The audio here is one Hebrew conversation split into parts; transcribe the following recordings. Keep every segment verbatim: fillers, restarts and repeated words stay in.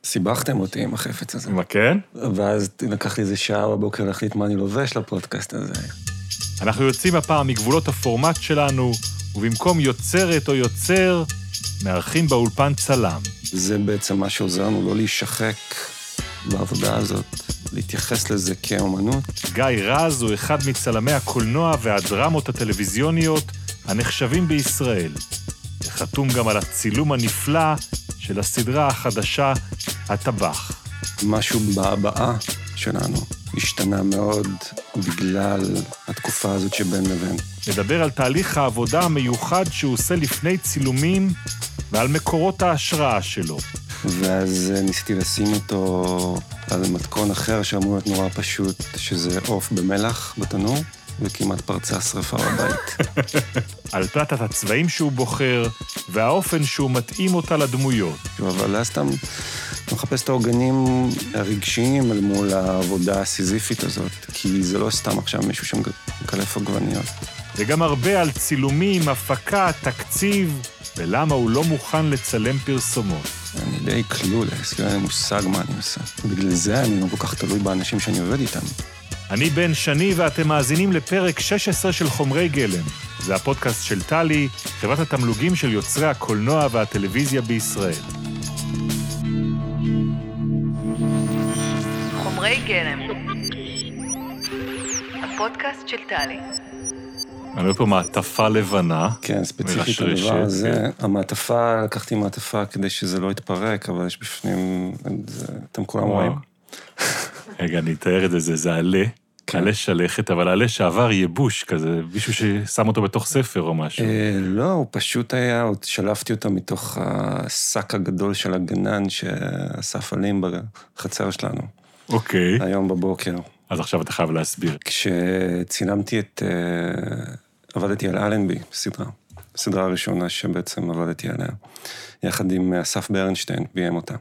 סיבכתם אותי עם החפץ הזה. מה כן? ואז לקח לי איזה שעה בבוקר להחליט מה אני לובש לפודקאסט הזה. אנחנו יוצאים הפעם מגבולות הפורמט שלנו, ובמקום יוצרת או יוצר, מארחים באולפן צלם. זה בעצם מה שעוזר לנו לא להישחק בעבודה הזאת, להתייחס לזה כאומנות. גיא רז הוא אחד מצלמי הקולנוע והדרמות הטלוויזיוניות הנחשבים בישראל. וחתום גם על הצילום הנפלא של הסדרה החדשה, הטבח. משהו בהבעה שלנו השתנה מאוד בגלל התקופה הזאת שבין לבין. נדבר על תהליך העבודה המיוחד שהוא עושה לפני צילומים ועל מקורות ההשראה שלו. ואז ניסיתי לשים אותו על מתכון אחר שאמור להיות נורא פשוט, שזה עוף במלח בתנור, וכמעט פרצה שרפה בבית. על פלטת הצבעים שהוא בוחר, והאופן שהוא מתאים אותה לדמויות. אבל אז סתם מחפש את האורגנים הרגשיים אל מול העבודה הסיזיפית הזאת, כי זה לא סתם עכשיו מישהו שמקלף עגבניות. וגם הרבה על צילומים, הפקה, תקציב, ולמה הוא לא מוכן לצלם פרסומות. אני די קלולס, כי אין לי מושג מה אני עושה. בגלל זה אני לא כל כך תלוי באנשים שאני עובד איתם. אני בן שני ואתם מאזינים לפרק שש עשרה של חומרי גלם. זה הפודקאסט של טלי, חברת התמלוגים של יוצרי הקולנוע והטלוויזיה בישראל. חומרי גלם, הפודקאסט של טלי. אני רואה פה מעטפה לבנה. כן, ספציפית הדבר הזה. המעטפה, לקחתי מעטפה כדי שזה לא יתפרק, אבל יש בפנים, אתם כולם רואים. רגע, אני אתאר את זה, זה עלה, עלה שלכת, אבל עלה שעבר ייבוש כזה, מישהו ששם אותו בתוך ספר או משהו. לא, הוא פשוט היה, שלפתי אותו מתוך השק הגדול של הגנן שאסף עלים בחצר שלנו. אוקיי. היום בבוקר. אז עכשיו אתה חייב להסביר. כשצילמתי את, עבדתי על אלנבי, סדרה, הסדרה הראשונה שבעצם עבדתי עליה, יחד עם אסף ברנשטיין, ביים אותה.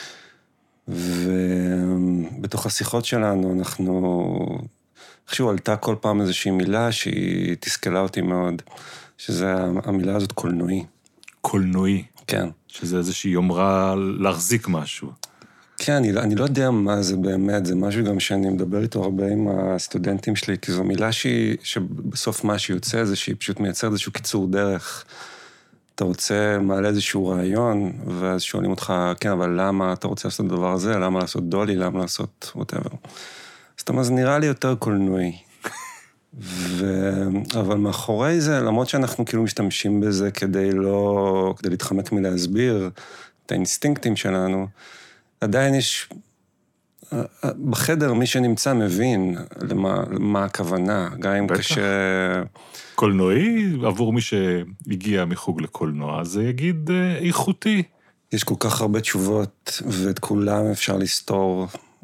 ובתוך השיחות שלנו אנחנו, איכשהו עלתה כל פעם איזושהי מילה שהיא תסכלה אותי מאוד, שזה המילה הזאת קולנועי. קולנועי? כן. שזה איזושהי יומרה להחזיק משהו. כן, אני, אני לא יודע מה זה באמת, זה משהו גם שאני מדבר איתו הרבה עם הסטודנטים שלי, כי זו מילה שהיא, שבסוף מה שיוצא זה שהיא פשוט מייצרת איזשהו קיצור דרך. אתה רוצה, מעלה איזשהו רעיון, ואז שואלים אותך, כן, אבל למה אתה רוצה לעשות את הדבר הזה? למה לעשות דולי? למה לעשות whatever? אז אתה אז נראה לי יותר קולנועי. ו... אבל מאחורי זה, למרות שאנחנו כאילו משתמשים בזה כדי לא, כדי להתחמק מלהסביר את האינסטינקטים שלנו, עדיין יש, בחדר מי שנמצא מבין למה, למה הכוונה, גם אם קשה... קולנועי, עבור מי שהגיע מחוג לקולנוע, זה יגיד איכותי. יש כל כך הרבה תשובות, ואת כולם אפשר לסתור,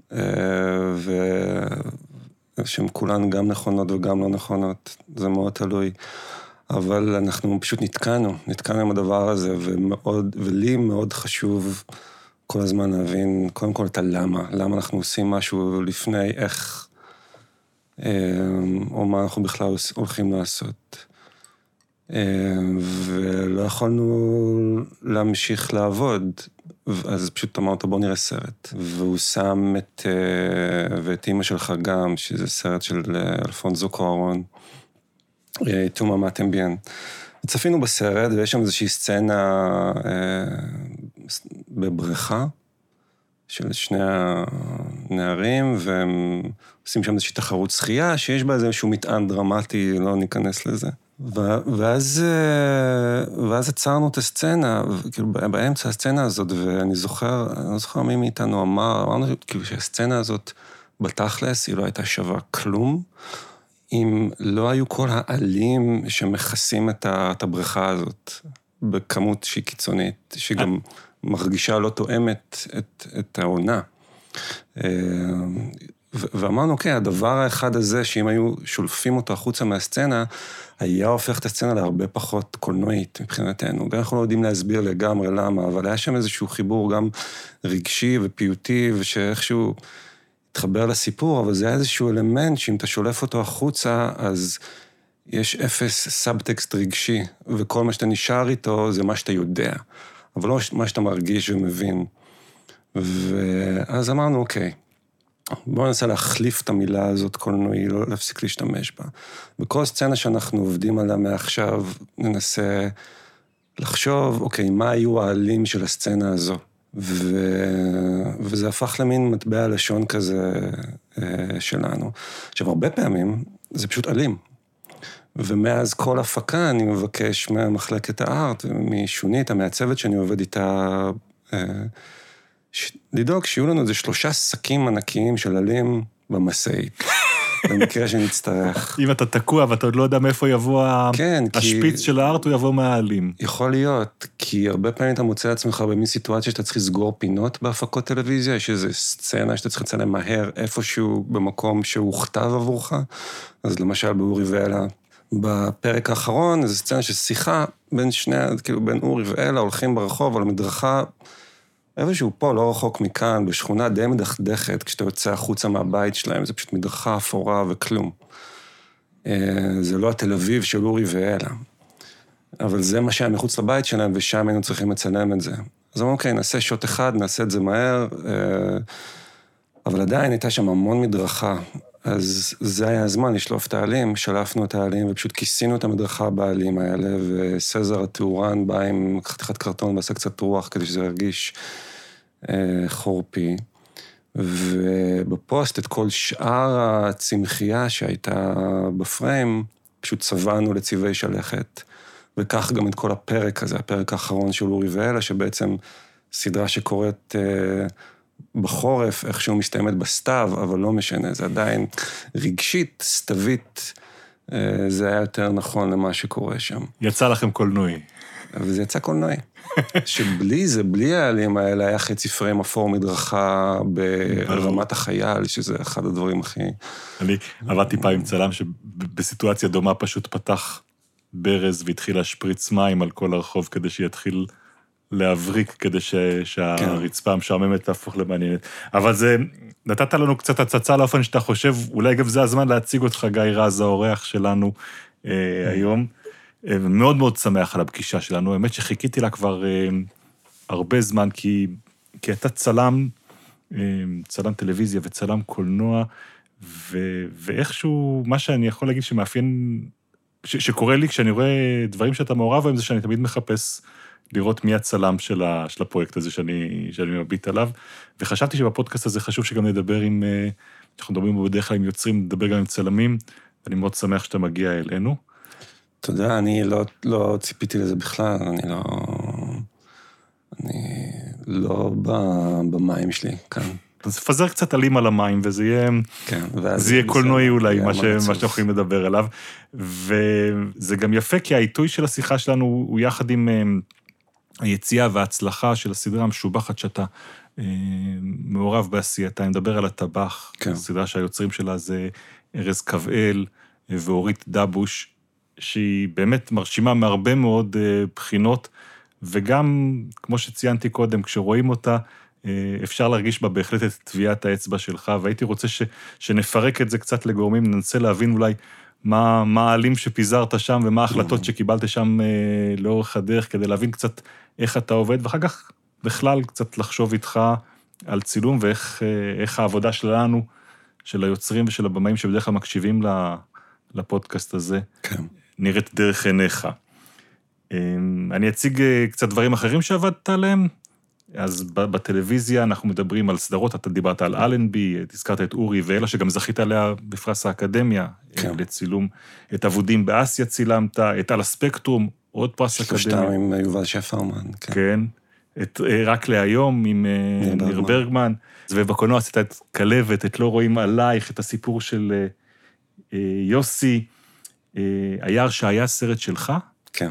ושהן כולן גם נכונות וגם לא נכונות, זה מאוד תלוי. אבל אנחנו פשוט נתקענו, נתקענו עם הדבר הזה, ומאוד, ולי מאוד חשוב כל הזמן להבין, קודם כל את הלמה, למה אנחנו עושים משהו לפני איך, או מה אנחנו בכלל הולכים לעשות. ולא יכולנו להמשיך לעבוד, אז פשוט אמרת, בוא נראה סרט. והוא שם את, ואת אמא שלך גם, שזה סרט של אלפונזו קוארון, תומה מאטמביאן. צפינו בסרט, ויש שם איזושהי סצנה בבריכה, של שני הנערים, והם עושים שם איזושהי תחרות שחייה, שיש בה איזשהו מטען דרמטי, לא ניכנס לזה. ואז, ואז עצרנו את הסצנה, כאילו באמצע הסצנה הזאת, ואני זוכר, אני לא זוכר מי מאיתנו אמר, אמרנו כאילו שהסצנה הזאת בתכלס, היא לא הייתה שווה כלום, אם לא היו כל העלים שמכסים את הבריכה הזאת, בכמות שהיא קיצונית, שגם מרגישה לא תואמת את, את העונה. ואמרנו, אוקיי, הדבר האחד הזה, שאם היו שולפים אותו החוצה מהסצנה, היה הופך את הסצנה להרבה פחות קולנועית מבחינתנו. גם אנחנו לא יודעים להסביר לגמרי למה, אבל היה שם איזשהו חיבור גם רגשי ופיוטי, ושאיכשהו התחבר לסיפור, אבל זה היה איזשהו אלמנט שאם אתה שולף אותו החוצה, אז יש אפס סאבטקסט רגשי, וכל מה שאתה נשאר איתו זה מה שאתה יודע, אבל לא מה שאתה מרגיש ומבין. ואז אמרנו, אוקיי, בואו ננסה להחליף את המילה הזאת קולנועי, לא להפסיק להשתמש בה. בכל סצנה שאנחנו עובדים עליה מעכשיו, ננסה לחשוב, אוקיי, מה היו העלים של הסצנה הזו? ו... וזה הפך למין מטבע לשון כזה שלנו. עכשיו, הרבה פעמים זה פשוט עלים. ומאז כל הפקה אני מבקש ממחלקת הארט, משונית, המעצבת שאני עובד איתה, לדאוג שיהיו לנו איזה שלושה שקים ענקיים של עלים במסעית, במקרה שנצטרך. אם אתה תקוע ואתה עוד לא יודע מאיפה יבוא כן, השפיץ כי... של הארט, הוא יבוא מהעלים. יכול להיות, כי הרבה פעמים אתה מוצא לעצמך במין סיטואציה שאתה צריך לסגור פינות בהפקות טלוויזיה, יש איזו סצנה שאתה צריך לצלם מהר איפשהו במקום שהוא כתב עבורך, אז למשל באורי ואלה, בפרק האחרון, איזו סצנה של שיחה בין שני, כאילו בין אורי ואלה, הולכים ברחוב על המדרכה, איפשהו פה, לא רחוק מכאן, בשכונה די מדכדכת, כשאתה יוצא החוצה מהבית שלהם, זה פשוט מדרכה אפורה וכלום. זה לא התל אביב של אורי ואלה. אבל זה מה שהיה מחוץ לבית שלהם, ושם היינו צריכים לצלם את זה. אז אמרנו, אוקיי, נעשה שוט אחד, נעשה את זה מהר, אבל עדיין הייתה שם המון מדרכה, אז זה היה הזמן לשלוף את העלים, שלפנו את העלים, ופשוט כיסינו את המדרכה בעלים האלה, וסזר התאורן בא עם חתיכת קרטון, ועשה קצת רוח, כדי שזה ירגיש אה, חורפי. ובפוסט את כל שאר הצמחייה שהייתה בפריים, פשוט צבענו לצבעי שלכת, וכך גם את כל הפרק הזה, הפרק האחרון של אורי ואלה, שבעצם סדרה שקורית... אה, בחורף, איכשהו מסתיימת בסתיו, אבל לא משנה, זה עדיין רגשית, סתווית, זה היה יותר נכון למה שקורה שם. יצא לכם קולנועי. וזה יצא קולנועי. שבלי זה, בלי העלים האלה, היה חצי פריים אפור מדרכה ברמת החייל, שזה אחד הדברים הכי... אני עבדתי פעם עם צלם שבסיטואציה דומה פשוט פתח ברז והתחיל להשפריץ מים על כל הרחוב כדי שיתחיל... להבריק כדי ש... שהרצפה המשעממת תהפוך למעניינת. אבל זה, נתת לנו קצת הצצה לאופן שאתה חושב, אולי גם זה הזמן להציג אותך, גיא רז, האורח שלנו אה, היום. אה, מאוד מאוד שמח על הפגישה שלנו, האמת שחיכיתי לה כבר אה, הרבה זמן, כי, כי אתה צלם, אה, צלם טלוויזיה וצלם קולנוע, ו... ואיכשהו, מה שאני יכול להגיד שמאפיין, ש... שקורה לי כשאני רואה דברים שאתה מעורב בהם, זה שאני תמיד מחפש, לראות מי הצלם של, ה, של הפרויקט הזה שאני, שאני מביט עליו, וחשבתי שבפודקאסט הזה חשוב שגם נדבר עם, אנחנו מדברים בדרך כלל עם יוצרים, נדבר גם עם צלמים, ואני מאוד שמח שאתה מגיע אלינו. תודה, אני לא, לא ציפיתי לזה בכלל, אני לא, אני לא במים שלי כאן. אז פזר קצת עלים על המים, וזה יהיה, כן, זה יהיה קולנועי אולי, מה, ש, מה שאנחנו יכולים לדבר עליו, וזה גם יפה, כי העיתוי של השיחה שלנו הוא יחד עם... היציאה וההצלחה של הסדרה המשובחת שאתה אה, מעורב בעשייתה, אני מדבר על הטבח, כן. הסדרה שהיוצרים שלה זה ארז קוואל ואורית דבוש, שהיא באמת מרשימה מהרבה מאוד אה, בחינות, וגם, כמו שציינתי קודם, כשרואים אותה, אה, אפשר להרגיש בה בהחלט את טביעת האצבע שלך, והייתי רוצה ש, שנפרק את זה קצת לגורמים, ננסה להבין אולי, מה, מה העלים שפיזרת שם, ומה ההחלטות שקיבלת שם אה, לאורך הדרך, כדי להבין קצת איך אתה עובד, ואחר כך בכלל קצת לחשוב איתך על צילום, ואיך אה, איך העבודה שלנו, של היוצרים ושל הבמאים, שבדרך כלל מקשיבים לפודקאסט הזה, כן. נראית דרך עיניך. אה, אני אציג אה, קצת דברים אחרים שעבדת עליהם, אז בטלוויזיה אנחנו מדברים על סדרות, אתה דיברת על אלנבי, תזכרת את אורי ואלה, שגם זכית עליה בפרס האקדמיה, כן. לצילום, את עבודים באסיה צילמת, את על הספקטרום, עוד פרס אקדמיה. שלושתם עם יובל שפרמן. כן. כן, את רק להיום עם ניר, ניר ברגמן, ובקולנוע עשית את כלבת, את לא רואים עלייך, את הסיפור של יוסי, היער שהיה סרט שלך. כן.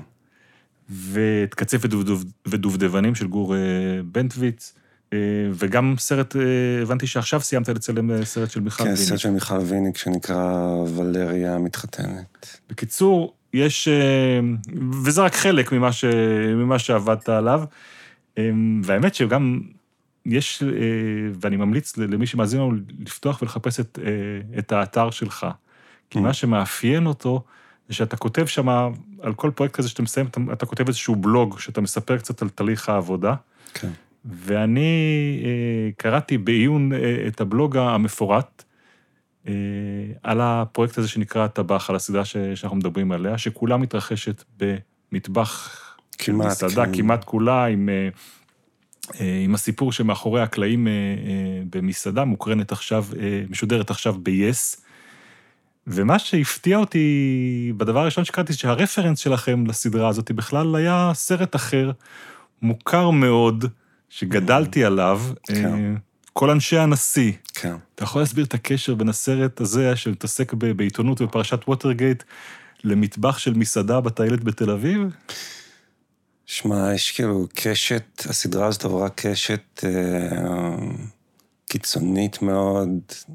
ואת קצפת ודובדבנים של גור בנטוויץ, וגם סרט, הבנתי שעכשיו סיימת לצלם סרט של מיכל ויניק. כן, סרט של מיכל ויניק שנקרא ולריה מתחתנת. בקיצור, יש, וזה רק חלק ממה, ש, ממה שעבדת עליו, והאמת שגם יש, ואני ממליץ למי שמאזין לנו לפתוח ולחפש את, את האתר שלך, כי מה שמאפיין אותו, זה שאתה כותב שם, על כל פרויקט כזה שאתה מסיים, אתה, אתה כותב איזשהו בלוג, שאתה מספר קצת על תהליך העבודה, כן. ואני אה, קראתי בעיון אה, את הבלוג המפורט, אה, על הפרויקט הזה שנקרא טבח, על הסדרה ש, שאנחנו מדברים עליה, שכולה מתרחשת במטבח כמעט, מסעדה, כן. כמעט כולה, עם, אה, אה, עם הסיפור שמאחורי הקלעים אה, אה, במסעדה, מוקרנת עכשיו, אה, משודרת עכשיו ב-yes, ומה שהפתיע אותי בדבר הראשון שקראתי, שהרפרנס שלכם לסדרה הזאת בכלל היה סרט אחר, מוכר מאוד, שגדלתי עליו, כן. כל אנשי הנשיא. כן. אתה יכול להסביר את הקשר בין הסרט הזה, שמתעסק בעיתונות ובפרשת ווטרגייט, למטבח של מסעדה בטיילת בתל אביב? שמע, יש כאילו קשת, הסדרה הזאת עברה קשת אה, קיצונית מאוד,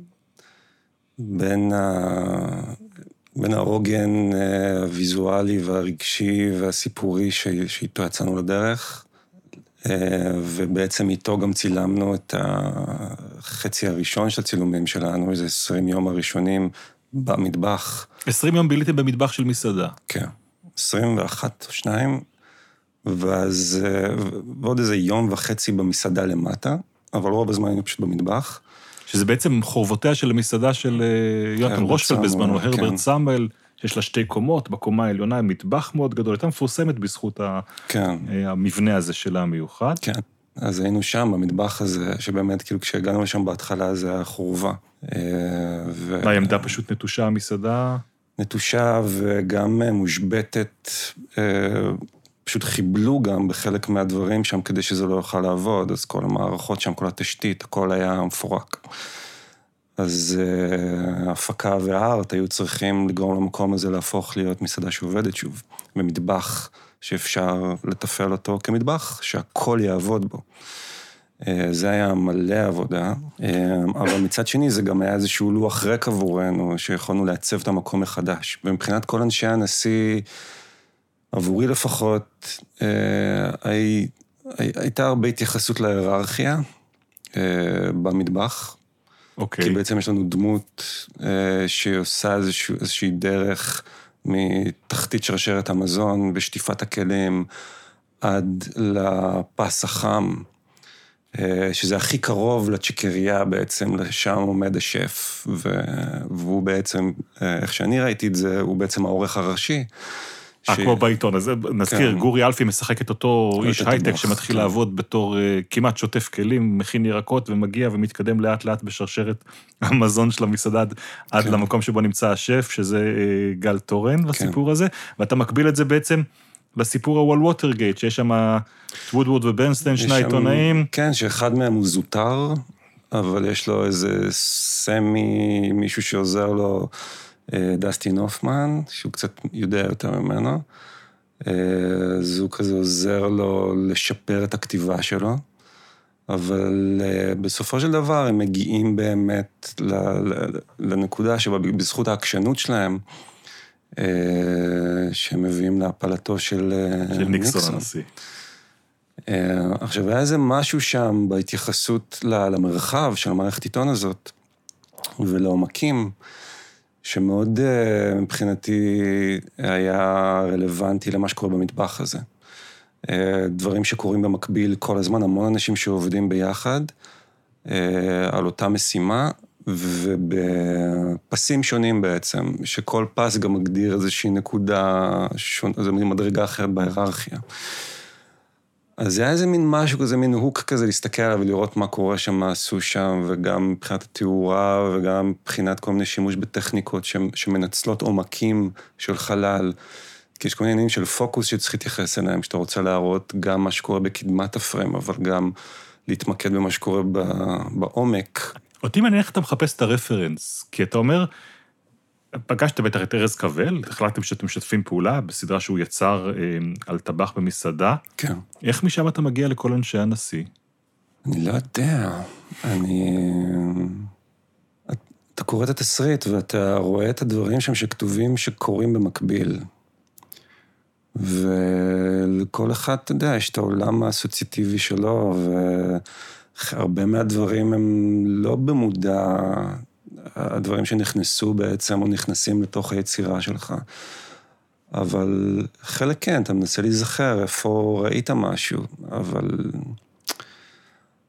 בין, ה, בין העוגן אה, הוויזואלי והרגשי והסיפורי ש, שאיתו יצאנו לדרך, אה, ובעצם איתו גם צילמנו את החצי הראשון של הצילומים שלנו, איזה עשרים יום הראשונים במטבח. עשרים יום ביליתם במטבח של מסעדה. כן, עשרים ואחת או שניים, ואז, ועוד איזה יום וחצי במסעדה למטה, אבל רוב הזמן היינו פשוט במטבח. שזה בעצם חורבותיה של המסעדה של יונתן רושפלד בזמנו, הרברט סמואל, שיש לה שתי קומות, בקומה העליונה, מטבח מאוד גדול, הייתה מפורסמת בזכות כן. המבנה הזה שלה המיוחד. כן, אז היינו שם, במטבח הזה, שבאמת, כאילו, כשהגענו לשם בהתחלה, זה היה חורבה. ו... והעמדה פשוט נטושה, המסעדה? נטושה וגם מושבטת, פשוט חיבלו גם בחלק מהדברים שם, כדי שזה לא יוכל לעבוד, אז כל המערכות שם, כל התשתית, הכל היה מפורק. אז uh, ההפקה והארט היו צריכים לגרום למקום הזה להפוך להיות מסעדה שעובדת שוב, במטבח שאפשר לטפל אותו כמטבח, שהכל יעבוד בו. Uh, זה היה מלא עבודה, uh, אבל מצד שני זה גם היה איזשהו לוח ריק עבורנו, שיכולנו לעצב את המקום מחדש. ומבחינת כל אנשי הנשיא, עבורי לפחות, uh, הי, הי, הייתה הרבה התייחסות להיררכיה uh, במטבח, אוקיי. כי בעצם יש לנו דמות אה, שעושה איזושהי, איזושהי דרך מתחתית שרשרת המזון, בשטיפת הכלים, עד לפס החם, אה, שזה הכי קרוב לצ'יקריה בעצם, לשם עומד השף, והוא בעצם, אה, איך שאני ראיתי את זה, הוא בעצם העורך הראשי, כמו בעיתון, אז נזכיר, גורי אלפי משחק את אותו איש הייטק שמתחיל לעבוד בתור כמעט שוטף כלים, מכין ירקות ומגיע ומתקדם לאט לאט בשרשרת המזון של המסעדה עד למקום שבו נמצא השף, שזה גל טורן בסיפור הזה, ואתה מקביל את זה בעצם לסיפור הוול ווטרגייט, שיש שם וודוורד וברנסטיין, שני עיתונאים. כן, שאחד מהם הוא זוטר, אבל יש לו איזה סמי, מישהו שעוזר לו, דסטין הופמן, שהוא קצת יודע יותר ממנו, אז הוא כזה עוזר לו לשפר את הכתיבה שלו, אבל בסופו של דבר הם מגיעים באמת לנקודה שבה בזכות העקשנות שלהם, שהם מביאים להפלתו של ניקסון הנשיא. עכשיו, היה איזה משהו שם בהתייחסות למרחב של המערכת עיתון הזאת, ולעומקים, שמאוד מבחינתי היה רלוונטי למה שקורה במטבח הזה. דברים שקורים במקביל כל הזמן, המון אנשים שעובדים ביחד על אותה משימה, ובפסים שונים בעצם, שכל פס גם מגדיר איזושהי נקודה, איזו מדרגה אחרת בהיררכיה. אז זה היה איזה מין משהו כזה, מין הוק כזה, להסתכל עליו ולראות מה קורה שם, מה עשו שם, וגם מבחינת התיאורה, וגם מבחינת כל מיני שימוש בטכניקות שמנצלות עומקים של חלל. כי יש כל מיני עניינים של פוקוס שצריך להתייחס אליהם, שאתה רוצה להראות גם מה שקורה בקדמת הפריים, אבל גם להתמקד במה שקורה בעומק. אותי מעניין איך אתה מחפש את הרפרנס, כי אתה אומר, פגשת בטח את ארז קבל, החלטתם שאתם משתפים פעולה בסדרה שהוא יצר אה, על טבח במסעדה. כן. איך משם אתה מגיע לכל אנשי הנשיא? אני לא יודע. אני... אתה קורא את התסריט ואתה רואה את הדברים שם שכתובים שקורים במקביל. ולכל אחד, אתה יודע, יש את העולם האסוציאטיבי שלו, והרבה מהדברים הם לא במודע... הדברים שנכנסו בעצם, או נכנסים לתוך היצירה שלך. אבל חלק כן, אתה מנסה להיזכר איפה ראית משהו, אבל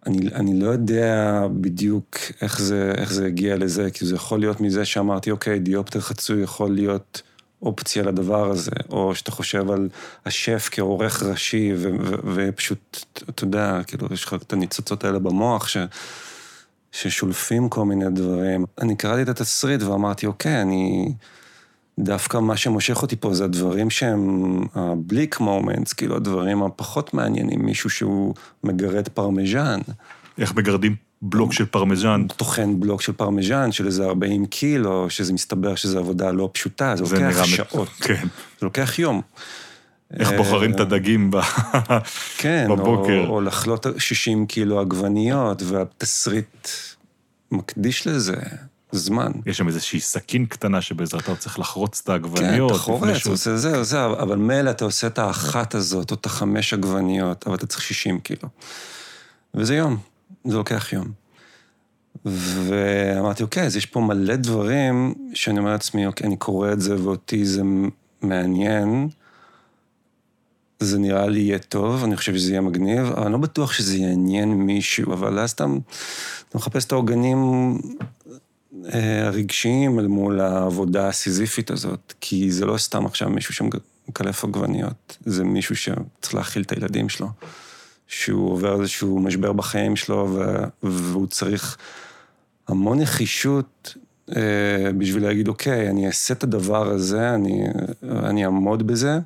אני, אני לא יודע בדיוק איך זה, איך זה הגיע לזה, כי זה יכול להיות מזה שאמרתי, אוקיי, דיופטר חצוי יכול להיות אופציה לדבר הזה, או שאתה חושב על השף כעורך ראשי, ו- ו- ופשוט, אתה יודע, כאילו, יש לך את הניצוצות האלה במוח, ש- ששולפים כל מיני דברים. אני קראתי את התסריט ואמרתי, אוקיי, אני... דווקא מה שמושך אותי פה זה הדברים שהם הבליק מומנטס, כאילו הדברים הפחות מעניינים, מישהו שהוא מגרד פרמיז'ן. איך מגרדים בלוק של פרמיז'ן? טוחן בלוק של פרמיז'ן, של איזה ארבעים קילו, שזה מסתבר שזה עבודה לא פשוטה, זה לוקח שעות. כן. זה לוקח יום. איך בוחרים את הדגים כן, בבוקר. או, או לחלות שישים קילו עגבניות, והתסריט מקדיש לזה. זמן. יש שם איזושהי סכין קטנה שבעזרתה צריך לחרוץ את העגבניות. כן, אתה חורץ, עושה זה, זה, אבל מילא אתה עושה את האחת הזאת, או את החמש עגבניות, אבל אתה צריך שישים קילו. וזה יום, זה לוקח יום. ואמרתי, אוקיי, אז יש פה מלא דברים שאני אומר לעצמי, אוקיי, אני קורא את זה, ואותי זה מעניין, זה נראה לי יהיה טוב, אני חושב שזה יהיה מגניב, אבל אני לא בטוח שזה יעניין מישהו, אבל אז אתה, אתה מחפש את האורגנים הרגשיים אל מול העבודה הסיזיפית הזאת, כי זה לא סתם עכשיו מישהו שמקלף עגבניות, זה מישהו שצריך להכיל את הילדים שלו, שהוא עובר איזשהו משבר בחיים שלו, והוא צריך המון נחישות בשביל להגיד, אוקיי, אני אעשה את הדבר הזה, אני, אני אעמוד בזה,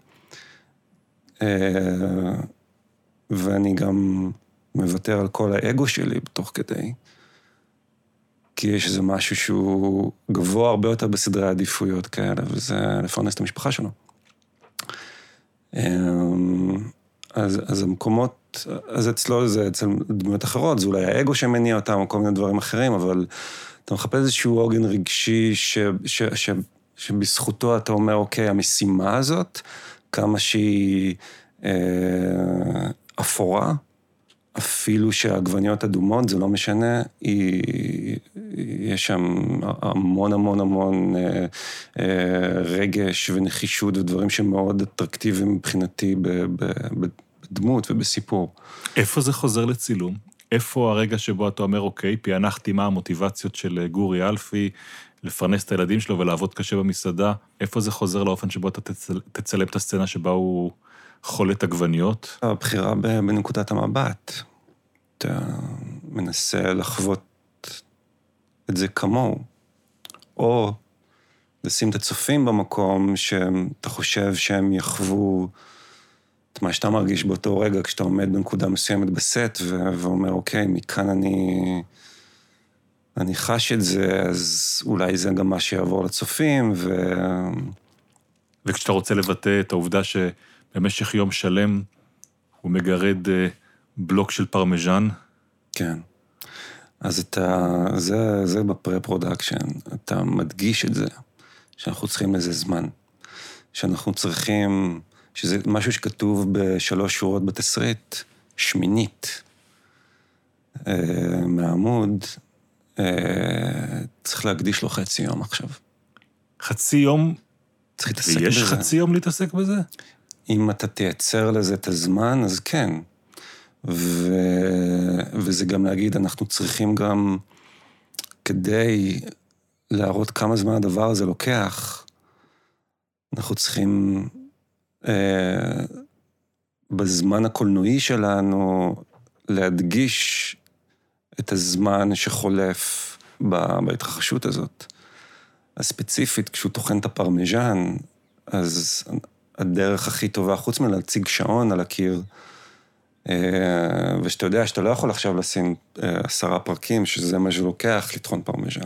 ואני גם מוותר על כל האגו שלי בתוך כדי, כי יש איזה משהו שהוא גבוה הרבה יותר בסדרי העדיפויות כאלה, וזה לפרנס את המשפחה שלו. אז, אז המקומות, אז אצלו זה אצל דמויות אחרות, זה אולי האגו שמניע אותם, או כל מיני דברים אחרים, אבל אתה מחפש איזשהו אורגן רגשי, ש, ש, ש, שבזכותו אתה אומר, אוקיי, המשימה הזאת, כמה שהיא אה, אפורה, אפילו שהעגבניות אדומות, זה לא משנה, היא, יש שם המון המון המון אה, אה, רגש ונחישות ודברים שמאוד אטרקטיביים מבחינתי בדמות ובסיפור. איפה זה חוזר לצילום? איפה הרגע שבו אתה אומר, אוקיי, פענחתי מה המוטיבציות של גורי אלפי, לפרנס את הילדים שלו ולעבוד קשה במסעדה, איפה זה חוזר לאופן שבו אתה תצל, תצלם את הסצנה שבה הוא חולת עגבניות? הבחירה בנקודת המבט. אתה מנסה לחוות את זה כמוהו. או לשים את הצופים במקום שאתה חושב שהם יחוו את מה שאתה מרגיש באותו רגע, כשאתה עומד בנקודה מסוימת בסט, ואומר, אוקיי, מכאן אני... אני חש את זה, אז אולי זה גם מה שיעבור לצופים, ו... וכשאתה רוצה לבטא את העובדה שבמשך יום שלם הוא מגרד בלוק של פרמיז'ן. כן. אז אתה, זה, זה בפרה-פרודקשן, אתה מדגיש את זה, שאנחנו צריכים לזה זמן, שאנחנו צריכים, שזה משהו שכתוב בשלוש שורות בתסריט, שמינית, מהעמוד, צריך להקדיש לו חצי יום עכשיו. חצי יום? צריך להתעסק בזה. ויש חצי יום להתעסק בזה? אם אתה תייצר לזה את הזמן, אז כן. ו... וזה גם להגיד, אנחנו צריכים גם, כדי להראות כמה זמן הדבר הזה לוקח, אנחנו צריכים, אה, בזמן הקולנועי שלנו, להדגיש את הזמן שחולף בהתרחשות הזאת. הספציפית, כשהוא תוכן את הפרמיז'ן, אז הדרך הכי טובה, חוץ מלהציג שעון על הקיר, ושאתה יודע שאתה לא יכול עכשיו לשים עשרה פרקים, שזה מה שלוקח לטחון פרמיז'ן.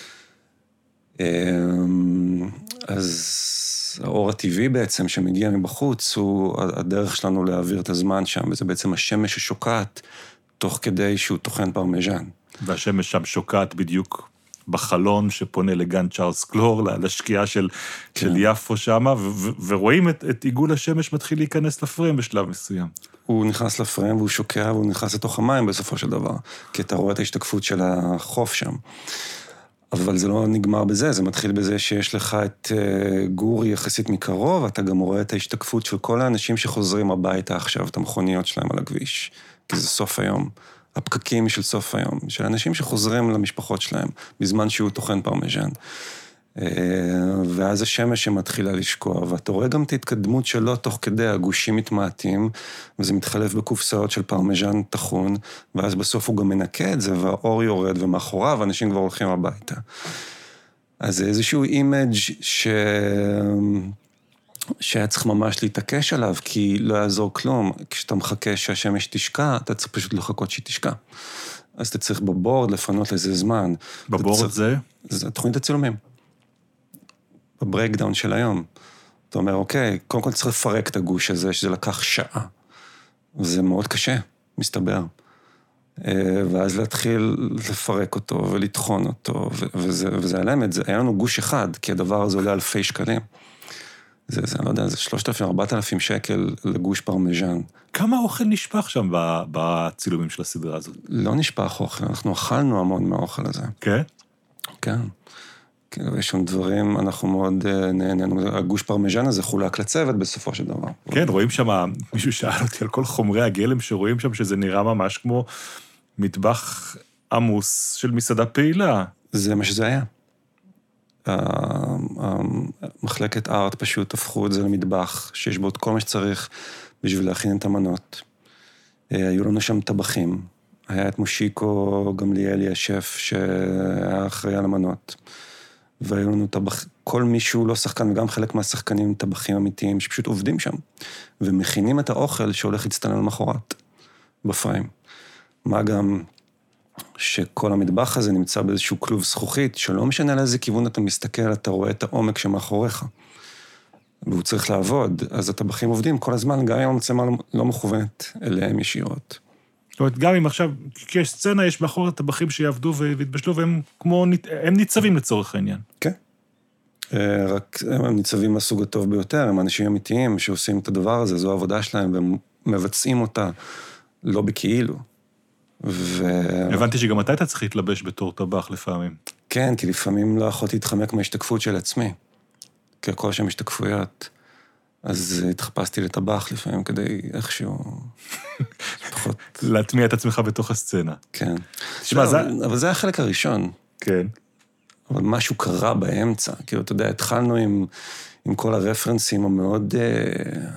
אז האור הטבעי בעצם שמגיע מבחוץ, הוא הדרך שלנו להעביר את הזמן שם, וזה בעצם השמש ששוקעת, תוך כדי שהוא טוחן פרמיז'ן. והשמש שם שוקעת בדיוק בחלון שפונה לגן צ'ארלס קלור, לשקיעה של, כן. של יפו שם, ו- ורואים את, את עיגול השמש מתחיל להיכנס לפריים בשלב מסוים. הוא נכנס לפריים והוא שוקע והוא נכנס לתוך המים בסופו של דבר, כי אתה רואה את ההשתקפות של החוף שם. אבל זה לא נגמר בזה, זה מתחיל בזה שיש לך את גורי יחסית מקרוב, אתה גם רואה את ההשתקפות של כל האנשים שחוזרים הביתה עכשיו, את המכוניות שלהם על הכביש, כי זה סוף היום. הפקקים של סוף היום, של אנשים שחוזרים למשפחות שלהם, בזמן שהוא טוחן פרמיז'ן. ואז השמש שמתחילה לשקוע, ואתה רואה גם את ההתקדמות שלו תוך כדי, הגושים מתמעטים, וזה מתחלף בקופסאות של פרמיז'ן טחון, ואז בסוף הוא גם מנקה את זה, והאור יורד, ומאחוריו אנשים כבר הולכים הביתה. אז זה איזשהו אימג' ש... שהיה צריך ממש להתעקש עליו, כי לא יעזור כלום. כשאתה מחכה שהשמש תשקע, אתה צריך פשוט לחכות שהיא תשקע. אז אתה צריך בבורד לפנות לזה זמן. בבורד צריך... זה? זה תוכנית הצילומים. בברייקדאון של היום. אתה אומר, אוקיי, קודם כל צריך לפרק את הגוש הזה, שזה לקח שעה. וזה מאוד קשה, מסתבר. ואז להתחיל לפרק אותו ולטחון אותו, וזה, וזה הלמת, זה היה לנו גוש אחד, כי הדבר הזה עולה אלפי שקלים. זה, זה, אני לא יודע, זה שלושת אלפים, ארבעת אלפים שקל לגוש פרמיז'ן. כמה אוכל נשפך שם בצילומים של הסדרה הזאת? לא נשפך אוכל, אנחנו אכלנו המון מהאוכל הזה. כן? כן. כאילו, יש שם דברים, אנחנו מאוד נהנינו, הגוש פרמיז'ן הזה חולק לצוות בסופו של דבר. כן, רואים שם, מישהו שאל אותי על כל חומרי הגלם שרואים שם, שזה נראה ממש כמו מטבח עמוס של מסעדה פעילה. זה מה שזה היה. מחלקת ארט פשוט הפכו את זה למטבח, שיש בו את כל מה שצריך בשביל להכין את המנות. היו לנו שם טבחים. היה את מושיקו גמליאלי, השף, שהיה אחראי על המנות. והיו לנו טבח, כל מישהו לא שחקן, וגם חלק מהשחקנים טבחים אמיתיים, שפשוט עובדים שם, ומכינים את האוכל שהולך להצטנן למחרת, בפריים. מה גם שכל המטבח הזה נמצא באיזשהו כלוב זכוכית, שלא משנה על איזה כיוון אתה מסתכל, אתה רואה את העומק שמאחוריך, והוא צריך לעבוד, אז הטבחים עובדים כל הזמן, גם אם המצלמה לא מכוונת אליהם ישירות. זאת אומרת, גם אם עכשיו, כשיש סצנה, יש מאחור הטבחים שיעבדו והתבשלו, והם כמו, הם ניצבים לצורך העניין. כן. רק הם ניצבים מהסוג הטוב ביותר, הם אנשים אמיתיים שעושים את הדבר הזה, זו העבודה שלהם, והם מבצעים אותה לא בכאילו. ו... הבנתי שגם אתה היית צריך להתלבש בתור טבח לפעמים. כן, כי לפעמים לא יכולתי להתחמק מההשתקפות של עצמי. כי הכל שם השתקפויות. אז התחפשתי לטבח לפעמים כדי איכשהו... פחות... להטמיע את עצמך בתוך הסצנה. כן. תשמע, זה... אבל זה החלק הראשון. כן. אבל משהו קרה באמצע. כאילו, אתה יודע, התחלנו עם, עם כל הרפרנסים המאוד... אה,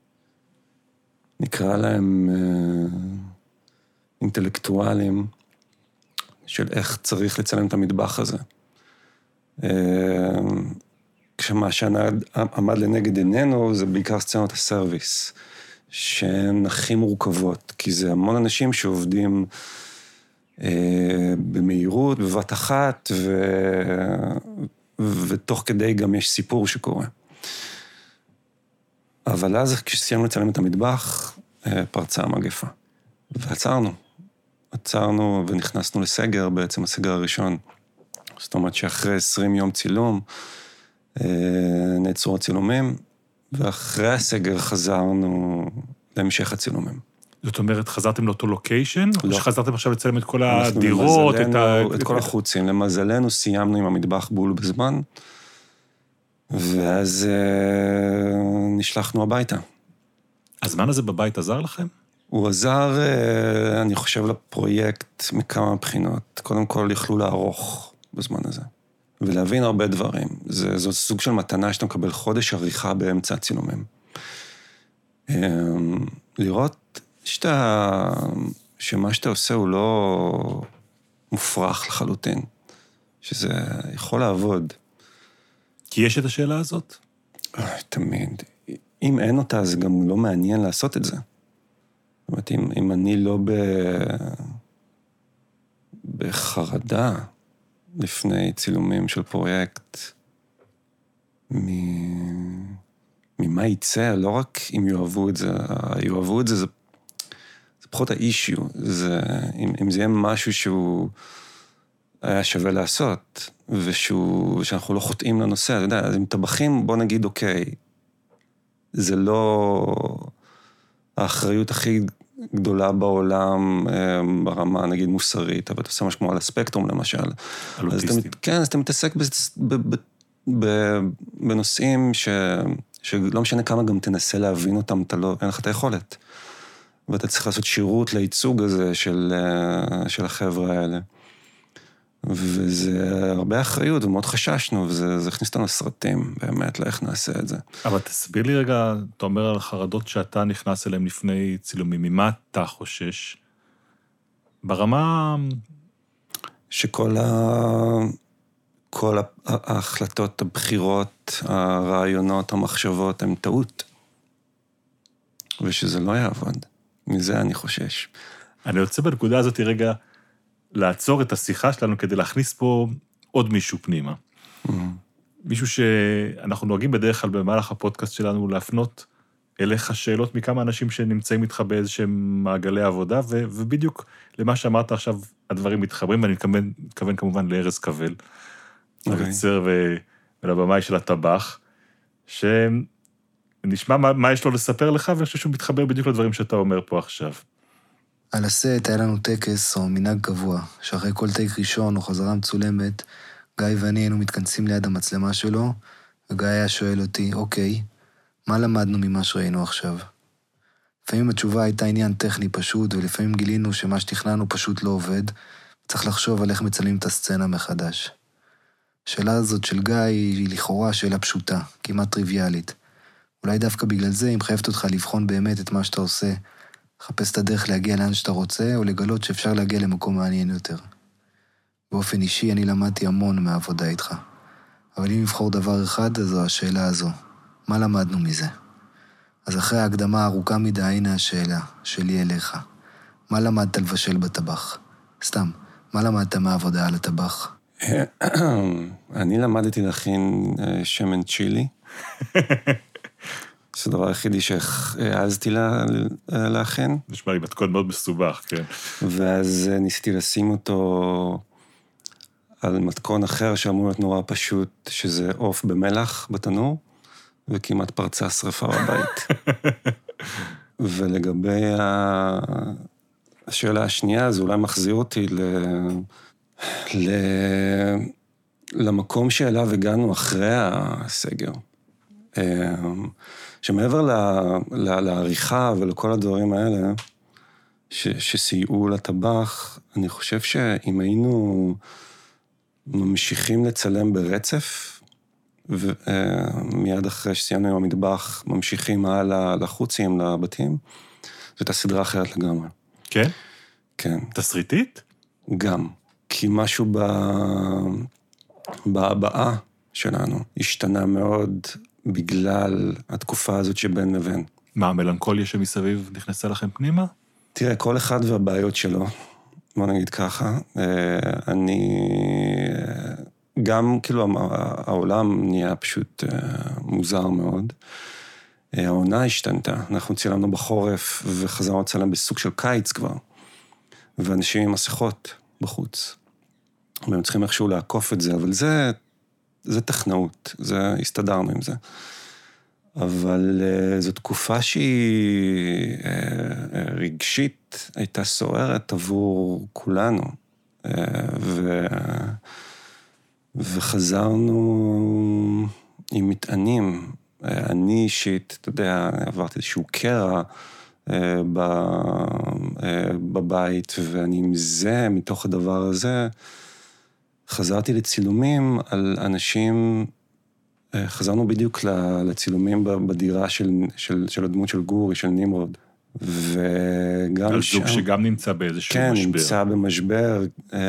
נקרא להם אה, אינטלקטואלים, של איך צריך לצלם את המטבח הזה. אה, כשמה שעמד לנגד עינינו, זה בעיקר סצנות הסרוויס, שהן הכי מורכבות, כי זה המון אנשים שעובדים אה, במהירות, בבת אחת, ו... ותוך כדי גם יש סיפור שקורה. אבל אז כשסיימנו לצלם את המטבח, אה, פרצה המגפה. ועצרנו. עצרנו ונכנסנו לסגר, בעצם הסגר הראשון. זאת אומרת שאחרי עשרים יום צילום, נעצרו הצילומים, ואחרי הסגר חזרנו להמשך הצילומים. זאת אומרת, חזרתם לאותו לוקיישן? לא. או שחזרתם עכשיו לצלם את כל הדירות? את, ה... את כל החוצים. למזלנו סיימנו עם המטבח בול בזמן, ואז אה, נשלחנו הביתה. הזמן הזה בבית עזר לכם? הוא עזר, אה, אני חושב, לפרויקט מכמה בחינות. קודם כל, יכלו לערוך בזמן הזה. ולהבין הרבה דברים. זה, זאת סוג של מתנה שאתה מקבל חודש עריכה באמצע הצילומים. לראות שאתה, שמה שאתה עושה הוא לא מופרך לחלוטין. שזה יכול לעבוד. כי יש את השאלה הזאת? תמיד. אם אין אותה, זה גם לא מעניין לעשות את זה. זאת אומרת, אם, אם אני לא ב... בחרדה, לפני צילומים של פרויקט, ממה יצא, לא רק אם יאהבו את זה, יאהבו את זה, זה, זה פחות האישיו, זה, אם, אם זה יהיה משהו שהוא היה שווה לעשות, ושהוא, ושאנחנו לא חוטאים לנושא, אתה יודע, אז עם טבחים, בוא נגיד, אוקיי, זה לא האחריות הכי גדולה בעולם, ברמה, נגיד, מוסרית, אבל אתה עושה משהו כמו על הספקטרום, למשל. על אוטיסטים. כן, אז אתה מתעסק בנושאים שלא משנה כמה גם תנסה להבין אותם, אתה לא, אין לך את היכולת. ואתה צריך לעשות שירות לייצוג הזה של, של החבר'ה האלה. וזה הרבה אחריות, ומאוד חששנו, וזה הכניס אותנו לסרטים, באמת, לאיך נעשה את זה. אבל תסביר לי רגע, אתה אומר על החרדות שאתה נכנס אליהם לפני צילומים, ממה אתה חושש? ברמה... שכל ה... כל ההחלטות, הבחירות, הרעיונות, המחשבות, הן טעות. ושזה לא יעבוד. מזה אני חושש. אני רוצה בנקודה הזאת רגע לעצור את השיחה שלנו כדי להכניס פה עוד מישהו פנימה. Mm-hmm. מישהו שאנחנו נוהגים בדרך כלל במהלך הפודקאסט שלנו להפנות אליך שאלות מכמה אנשים שנמצאים איתך באיזשהם מעגלי עבודה, ו- ובדיוק למה שאמרת עכשיו הדברים מתחברים, ואני מתכוון, מתכוון כמובן לארז קבל, היוצר ו- ולבמאי של הטבח, שנשמע מה, מה יש לו לספר לך, ואני חושב שהוא מתחבר בדיוק לדברים שאתה אומר פה עכשיו. על הסט היה לנו טקס או מנהג קבוע, שאחרי כל טייק ראשון או חזרה מצולמת, גיא ואני היינו מתכנסים ליד המצלמה שלו, וגיא היה שואל אותי, אוקיי, מה למדנו ממה שראינו עכשיו? לפעמים התשובה הייתה עניין טכני פשוט, ולפעמים גילינו שמה שתכננו פשוט לא עובד, צריך לחשוב על איך מצלמים את הסצנה מחדש. השאלה הזאת של גיא היא לכאורה שאלה פשוטה, כמעט טריוויאלית. אולי דווקא בגלל זה היא מחייבת אותך לבחון באמת את מה שאתה עושה, לחפש את הדרך להגיע לאן שאתה רוצה, או לגלות שאפשר להגיע למקום מעניין יותר. באופן אישי אני למדתי המון מהעבודה איתך. אבל אם לבחור דבר אחד, אז זו השאלה הזו. מה למדנו מזה? אז אחרי ההקדמה הארוכה מדי, הנה השאלה שלי אליך. מה למדת לבשל בטבח? סתם, מה למדת מהעבודה על הטבח? אני למדתי להכין שמן צ'ילי. זה הדבר היחידי שהעזתי להכין. נשמע לי מתכון מאוד מסובך, כן. ואז ניסיתי לשים אותו על מתכון אחר שאמור להיות נורא פשוט, שזה עוף במלח בתנור, וכמעט פרצה שרפה בבית. ולגבי השאלה השנייה, זה אולי מחזיר אותי ל... ל... למקום שאליו הגענו אחרי הסגר. שמעבר לעריכה ולכל הדברים האלה, ש... שסייעו לטבח, אני חושב שאם היינו ממשיכים לצלם ברצף, ומיד אחרי שסיימנו עם המטבח, ממשיכים הלאה לחוצים, לבתים, זאת הסדרה אחרת לגמרי. כן? כן. תסריטית? גם. כי משהו ב... בהבאה שלנו השתנה מאוד בגלל התקופה הזאת שבין לבין. מה, המלנכוליה שמסביב נכנסה לכם פנימה? תראה, כל אחד והבעיות שלו, בוא נגיד ככה, אני... גם, כאילו, העולם נהיה פשוט מוזר מאוד. העונה השתנתה. אנחנו צילמנו בחורף, וחזרנו לצלם בסוג של קיץ כבר. ואנשים עם מסכות בחוץ. והם צריכים איכשהו לעקוף את זה, אבל זה, זה טכנאות. זה, הסתדרנו עם זה. אבל זו תקופה שהיא רגשית, הייתה סוערת עבור כולנו. ו... וחזרנו עם מטענים. אני אישית, אתה יודע, עברתי איזשהו קרע בבית, ואני עם זה, מתוך הדבר הזה, חזרתי לצילומים על אנשים, חזרנו בדיוק לצילומים בדירה של, של, של הדמות של גורי, של נמרוד. וגם על שם... זוג שגם נמצא באיזשהו כן, משבר. כן, נמצא במשבר,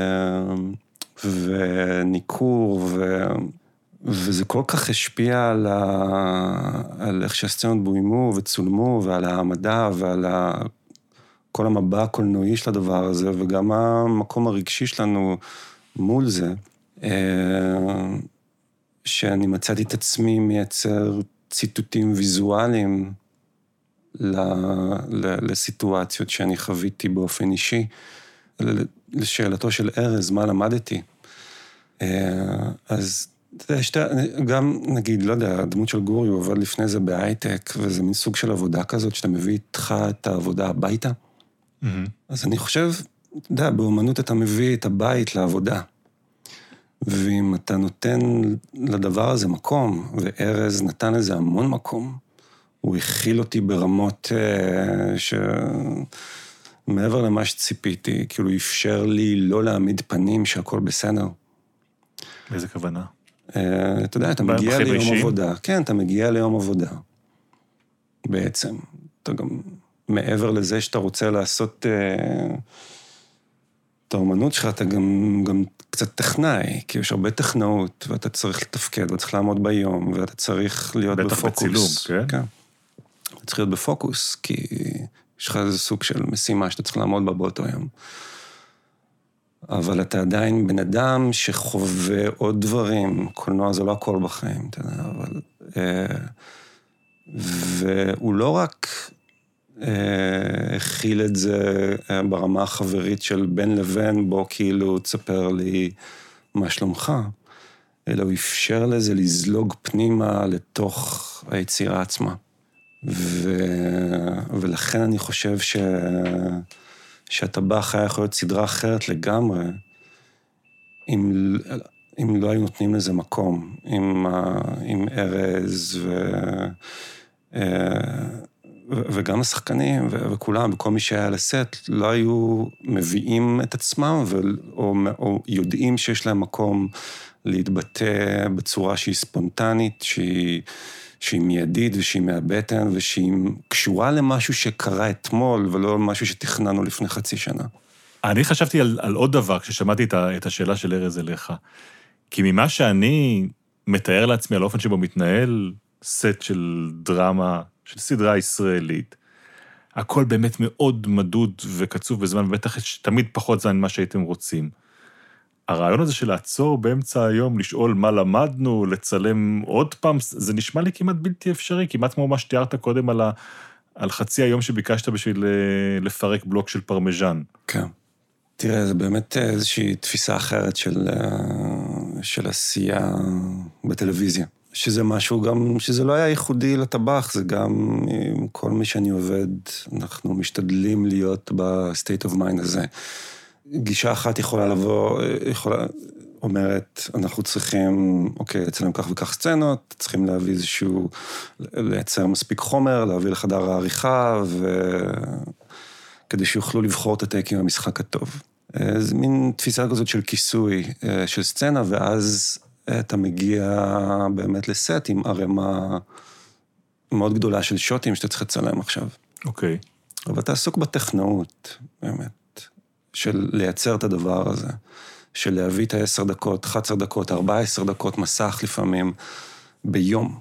וניקור, ו... וזה כל כך השפיע על, ה... על איך שהסצנות בוימו וצולמו, ועל העמדה, ועל ה... כל המבע הקולנועי של הדבר הזה, וגם המקום הרגשי שלנו מול זה, שאני מצאתי את עצמי מייצר ציטוטים ויזואליים ל... ל... לסיטואציות שאני חוויתי באופן אישי, לשאלתו של ארז, מה למדתי? אז גם, נגיד, לא יודע, הדמות של גורי, הוא עובד לפני זה בהייטק, וזה מין סוג של עבודה כזאת, שאתה מביא איתך את העבודה הביתה. אז אני חושב, אתה יודע, באומנות אתה מביא את הבית לעבודה. ואם אתה נותן לדבר הזה מקום, וארז נתן לזה המון מקום, הוא הכיל אותי ברמות ש... מעבר למה שציפיתי, כאילו הוא אפשר לי לא להעמיד פנים שהכל בסדר. באיזה כוונה? אתה יודע, אתה מגיע ליום עבודה. כן, אתה מגיע ליום עבודה. בעצם. אתה גם, מעבר לזה שאתה רוצה לעשות את האומנות שלך, אתה גם, גם קצת טכנאי, כי יש הרבה טכנאות, ואתה צריך לתפקד, ואתה צריך לעמוד ביום, ואתה צריך להיות בטח בפוקוס. בטח בצילום, כן? כן. אתה צריך להיות בפוקוס, כי יש לך איזה סוג של משימה שאתה צריך לעמוד בה באותו יום. אבל אתה עדיין בן אדם שחווה עוד דברים, קולנוע זה לא הכל בחיים, אתה יודע, אבל... והוא לא רק הכיל את זה ברמה החברית של בין לבין, בו כאילו תספר לי מה שלומך, אלא הוא אפשר לזה לזלוג פנימה לתוך היצירה עצמה. ו... ולכן אני חושב ש... שהטבח היה יכול להיות סדרה אחרת לגמרי, אם, אם לא היו נותנים לזה מקום, עם, עם ארז ו... וגם השחקנים וכולם, וכל מי שהיה לסט, לא היו מביאים את עצמם, או, או יודעים שיש להם מקום להתבטא בצורה שהיא ספונטנית, שהיא, שהיא מיידית ושהיא מהבטן, ושהיא קשורה למשהו שקרה אתמול, ולא משהו שתכננו לפני חצי שנה. אני חשבתי על, על עוד דבר, כששמעתי את, ה, את השאלה של ארז אליך, כי ממה שאני מתאר לעצמי על האופן שבו מתנהל סט של דרמה, של סדרה ישראלית, הכל באמת מאוד מדוד וקצוב בזמן, ובטח יש תמיד פחות זמן ממה שהייתם רוצים. הרעיון הזה של לעצור באמצע היום, לשאול מה למדנו, לצלם עוד פעם, זה נשמע לי כמעט בלתי אפשרי, כמעט כמו מה שתיארת קודם על, ה, על חצי היום שביקשת בשביל לפרק בלוק של פרמיז'ן. כן. תראה, זה באמת איזושהי תפיסה אחרת של, של עשייה בטלוויזיה. שזה משהו גם, שזה לא היה ייחודי לטבח, זה גם עם כל מי שאני עובד, אנחנו משתדלים להיות בסטייט אוף מיינד הזה. גישה אחת יכולה לבוא, יכולה, אומרת, אנחנו צריכים, אוקיי, לצלם כך וכך סצנות, צריכים להביא איזשהו, לייצר מספיק חומר, להביא לחדר העריכה, וכדי שיוכלו לבחור את הטייקים במשחק הטוב. זה מין תפיסה כזאת של כיסוי של סצנה, ואז אתה מגיע באמת לסט עם ערימה מאוד גדולה של שוטים שאתה צריך לצלם עכשיו. אוקיי. אבל אתה עסוק בטכנאות, באמת, של לייצר את הדבר הזה, של להביא את ה-עשר דקות, אחת עשרה דקות, ארבע עשרה דקות מסך לפעמים, ביום.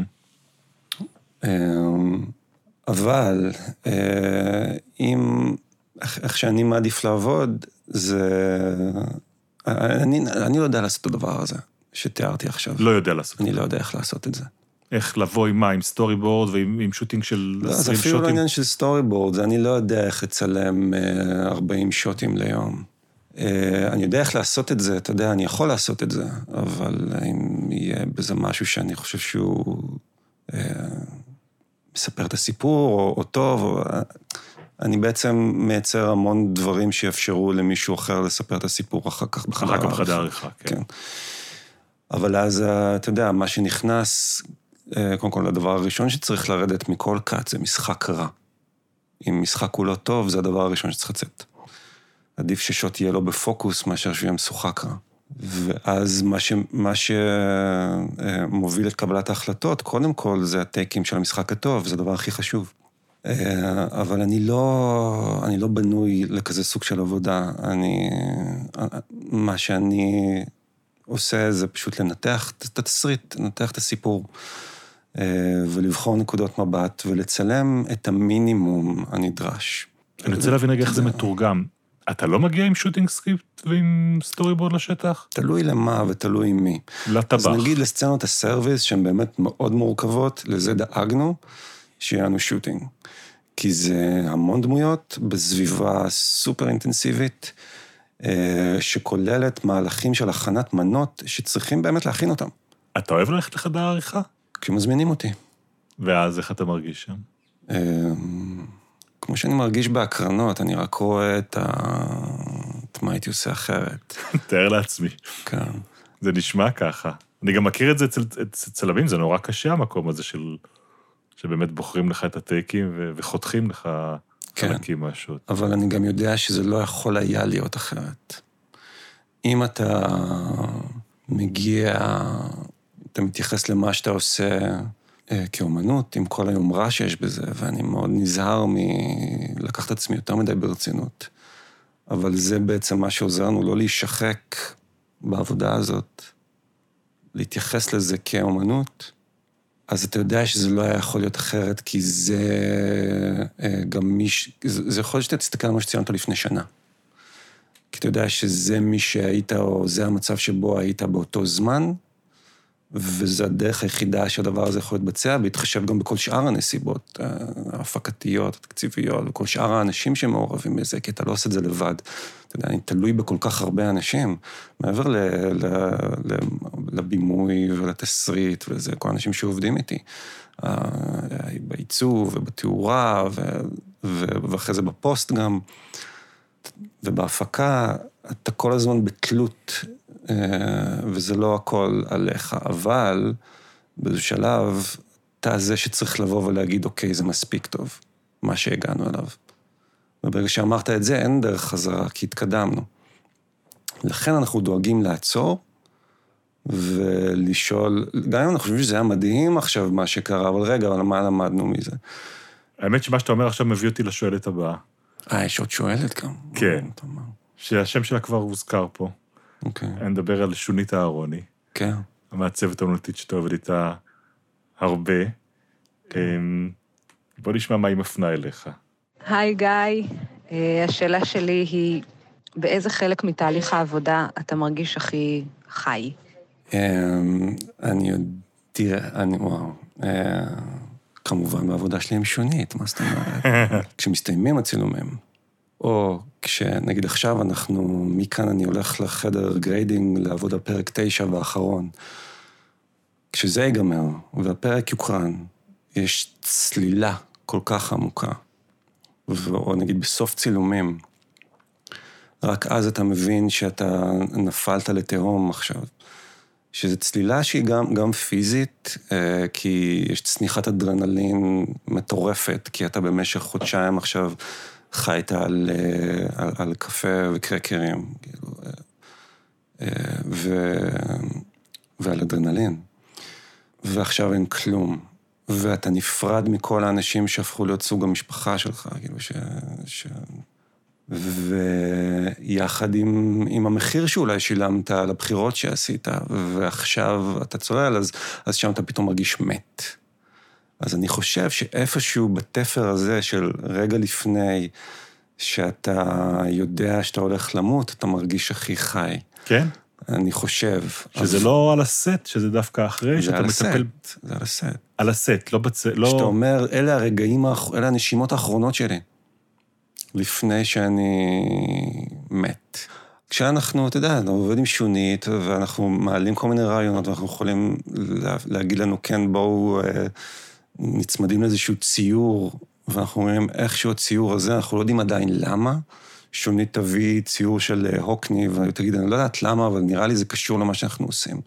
אבל אם, איך שאני מעדיף לעבוד, זה... אני, אני לא יודע לעשות את הדבר הזה, שתיארתי עכשיו. לא יודע לעשות. אני לא יודע איך לעשות את זה. איך לבוא עם מה? עם סטורי בורד ועם עם שוטינג של לא, זה אפילו לא עניין של סטורי בורד, אני לא יודע איך לצלם ארבעים שוטים ליום. אני יודע איך לעשות את זה, אתה יודע, אני יכול לעשות את זה, אבל אם יהיה בזה משהו שאני חושב שהוא מספר את הסיפור, או, או טוב, או... אני בעצם מייצר המון דברים שיאפשרו למישהו אחר לספר את הסיפור אחר כך בחדר העריכה. אחר כך בחדר העריכה, כן. כן. אבל אז, אתה יודע, מה שנכנס, קודם כל, הדבר הראשון שצריך לרדת מכל קאט, זה משחק רע. אם משחק הוא לא טוב, זה הדבר הראשון שצריך לצאת. עדיף ששוט יהיה לו בפוקוס, מאשר שיהיה משוחק רע. ואז מה, ש... מה שמוביל את קבלת ההחלטות, קודם כל, זה הטייקים של המשחק הטוב, זה הדבר הכי חשוב. אבל אני לא, אני לא בנוי לכזה סוג של עבודה. אני, מה שאני עושה זה פשוט לנתח את התסריט, לנתח את הסיפור, ולבחור נקודות מבט, ולצלם את המינימום הנדרש. אני רוצה להבין רגע איך זה מתורגם. אתה לא מגיע עם שוטינג סקריפט ועם סטורי בורד לשטח? תלוי למה ותלוי עם מי. לטבח. אז נגיד לסצנות הסרוויס, שהן באמת מאוד מורכבות, לזה דאגנו, שיהיה לנו שוטינג. כי זה המון דמויות בסביבה סופר אינטנסיבית, שכוללת מהלכים של הכנת מנות, שצריכים באמת להכין אותם. אתה אוהב ללכת לחדר העריכה? כשמזמינים אותי. ואז איך אתה מרגיש שם? כמו שאני מרגיש בהקרנות, אני רק רואה את, ה... את מה הייתי עושה אחרת. תאר לעצמי. כן. זה נשמע ככה. אני גם מכיר את זה אצל, אצל צלמים, זה נורא קשה המקום הזה של שבאמת בוחרים לך את הטייקים ו- וחותכים לך כן. חלקים מהשוט. אבל אני גם יודע שזה לא יכול היה להיות אחרת. אם אתה מגיע, אתה מתייחס למה שאתה עושה אה, כאומנות, עם כל היומרה שיש בזה, ואני מאוד נזהר מלקחת עצמי יותר מדי ברצינות. אבל זה בעצם מה שעוזר לנו, לא להישחק בעבודה הזאת, להתייחס לזה כאומנות, אז אתה יודע שזה לא היה יכול להיות אחרת, כי זה אה, גם מיש... זה, זה יכול להיות שאתה תסתכל על מה שציינת לפני שנה. כי אתה יודע שזה מי שהיית, או זה המצב שבו היית באותו זמן, וזה הדרך היחידה שהדבר הזה יכול להתבצע, והתחשב גם בכל שאר הנסיבות, ההפקתיות, התקציביות, וכל שאר האנשים שמעורבים בזה, כי אתה לא עושה את זה לבד. אתה יודע, אני תלוי בכל כך הרבה אנשים, מעבר ל, ל, ל, לבימוי ולתסריט, וזה כל האנשים שעובדים איתי, בעיצוב ובתאורה, ו, ו, ואחרי זה בפוסט גם, ובהפקה, אתה כל הזמן בתלות, וזה לא הכל עליך, אבל באיזה שלב, אתה זה שצריך לבוא ולהגיד, אוקיי, זה מספיק טוב, מה שהגענו אליו. וברגע שאמרת את זה, אין דרך חזרה, כי התקדמנו. לכן אנחנו דואגים לעצור, ולשאול, גם אם אנחנו חושבים שזה היה מדהים עכשיו מה שקרה, אבל רגע, אבל מה למדנו מזה? האמת שמה שאתה אומר עכשיו מביא אותי לשואלת הבאה. אה, יש עוד שואלת גם. כן. שהשם שלה כבר הוזכר פה. אוקיי. אני מדבר על שונית אהרוני. כן. המעצבת האמנותית שאתה עובד איתה הרבה. בוא נשמע מה היא מפנה אליך. היי גיא, השאלה שלי היא, באיזה חלק מתהליך העבודה אתה מרגיש הכי חי? אני עוד, תראה, אני, וואו, כמובן בעבודה שלי עם שונית, מה זאת אומרת? כשמסתיימים הצילומים, או כשנגיד עכשיו אנחנו, מכאן אני הולך לחדר גריידינג לעבוד על פרק תשע והאחרון, כשזה ייגמר והפרק יוקרן, יש צלילה כל כך עמוקה, או נגיד בסוף צילומים, רק אז אתה מבין שאתה נפלת לתהום עכשיו, שזו צלילה שהיא גם, גם פיזית, כי יש צניחת אדרנלין מטורפת, כי אתה במשך חודשיים עכשיו חיית על, על, על קפה וקרקרים, כאילו, ו, ועל אדרנלין. ועכשיו אין כלום. ואתה נפרד מכל האנשים שהפכו להיות סוג המשפחה שלך, כאילו ש... ש... ויחד עם, עם המחיר שאולי שילמת על הבחירות שעשית, ועכשיו אתה צולל, אז, אז שם אתה פתאום מרגיש מת. אז אני חושב שאיפשהו בתפר הזה של רגע לפני שאתה יודע שאתה הולך למות, אתה מרגיש הכי חי. כן? אני חושב. שזה לא על הסט, שזה דווקא אחרי שאתה מטפל... זה על הסט. על הסט, לא בצ... לא... שאתה אומר, אלה הרגעים, אלה הנשימות האחרונות שלי, לפני שאני מת. כשאנחנו, אתה יודע, אנחנו עובדים שונית, ואנחנו מעלים כל מיני רעיונות, ואנחנו יכולים להגיד לנו, כן, בואו נצמדים לאיזשהו ציור, ואנחנו אומרים, איכשהו הציור הזה, אנחנו לא יודעים עדיין למה, שונית תביא ציור של הוקני, ותגיד, אני לא יודעת למה, אבל נראה לי זה קשור למה שאנחנו עושים.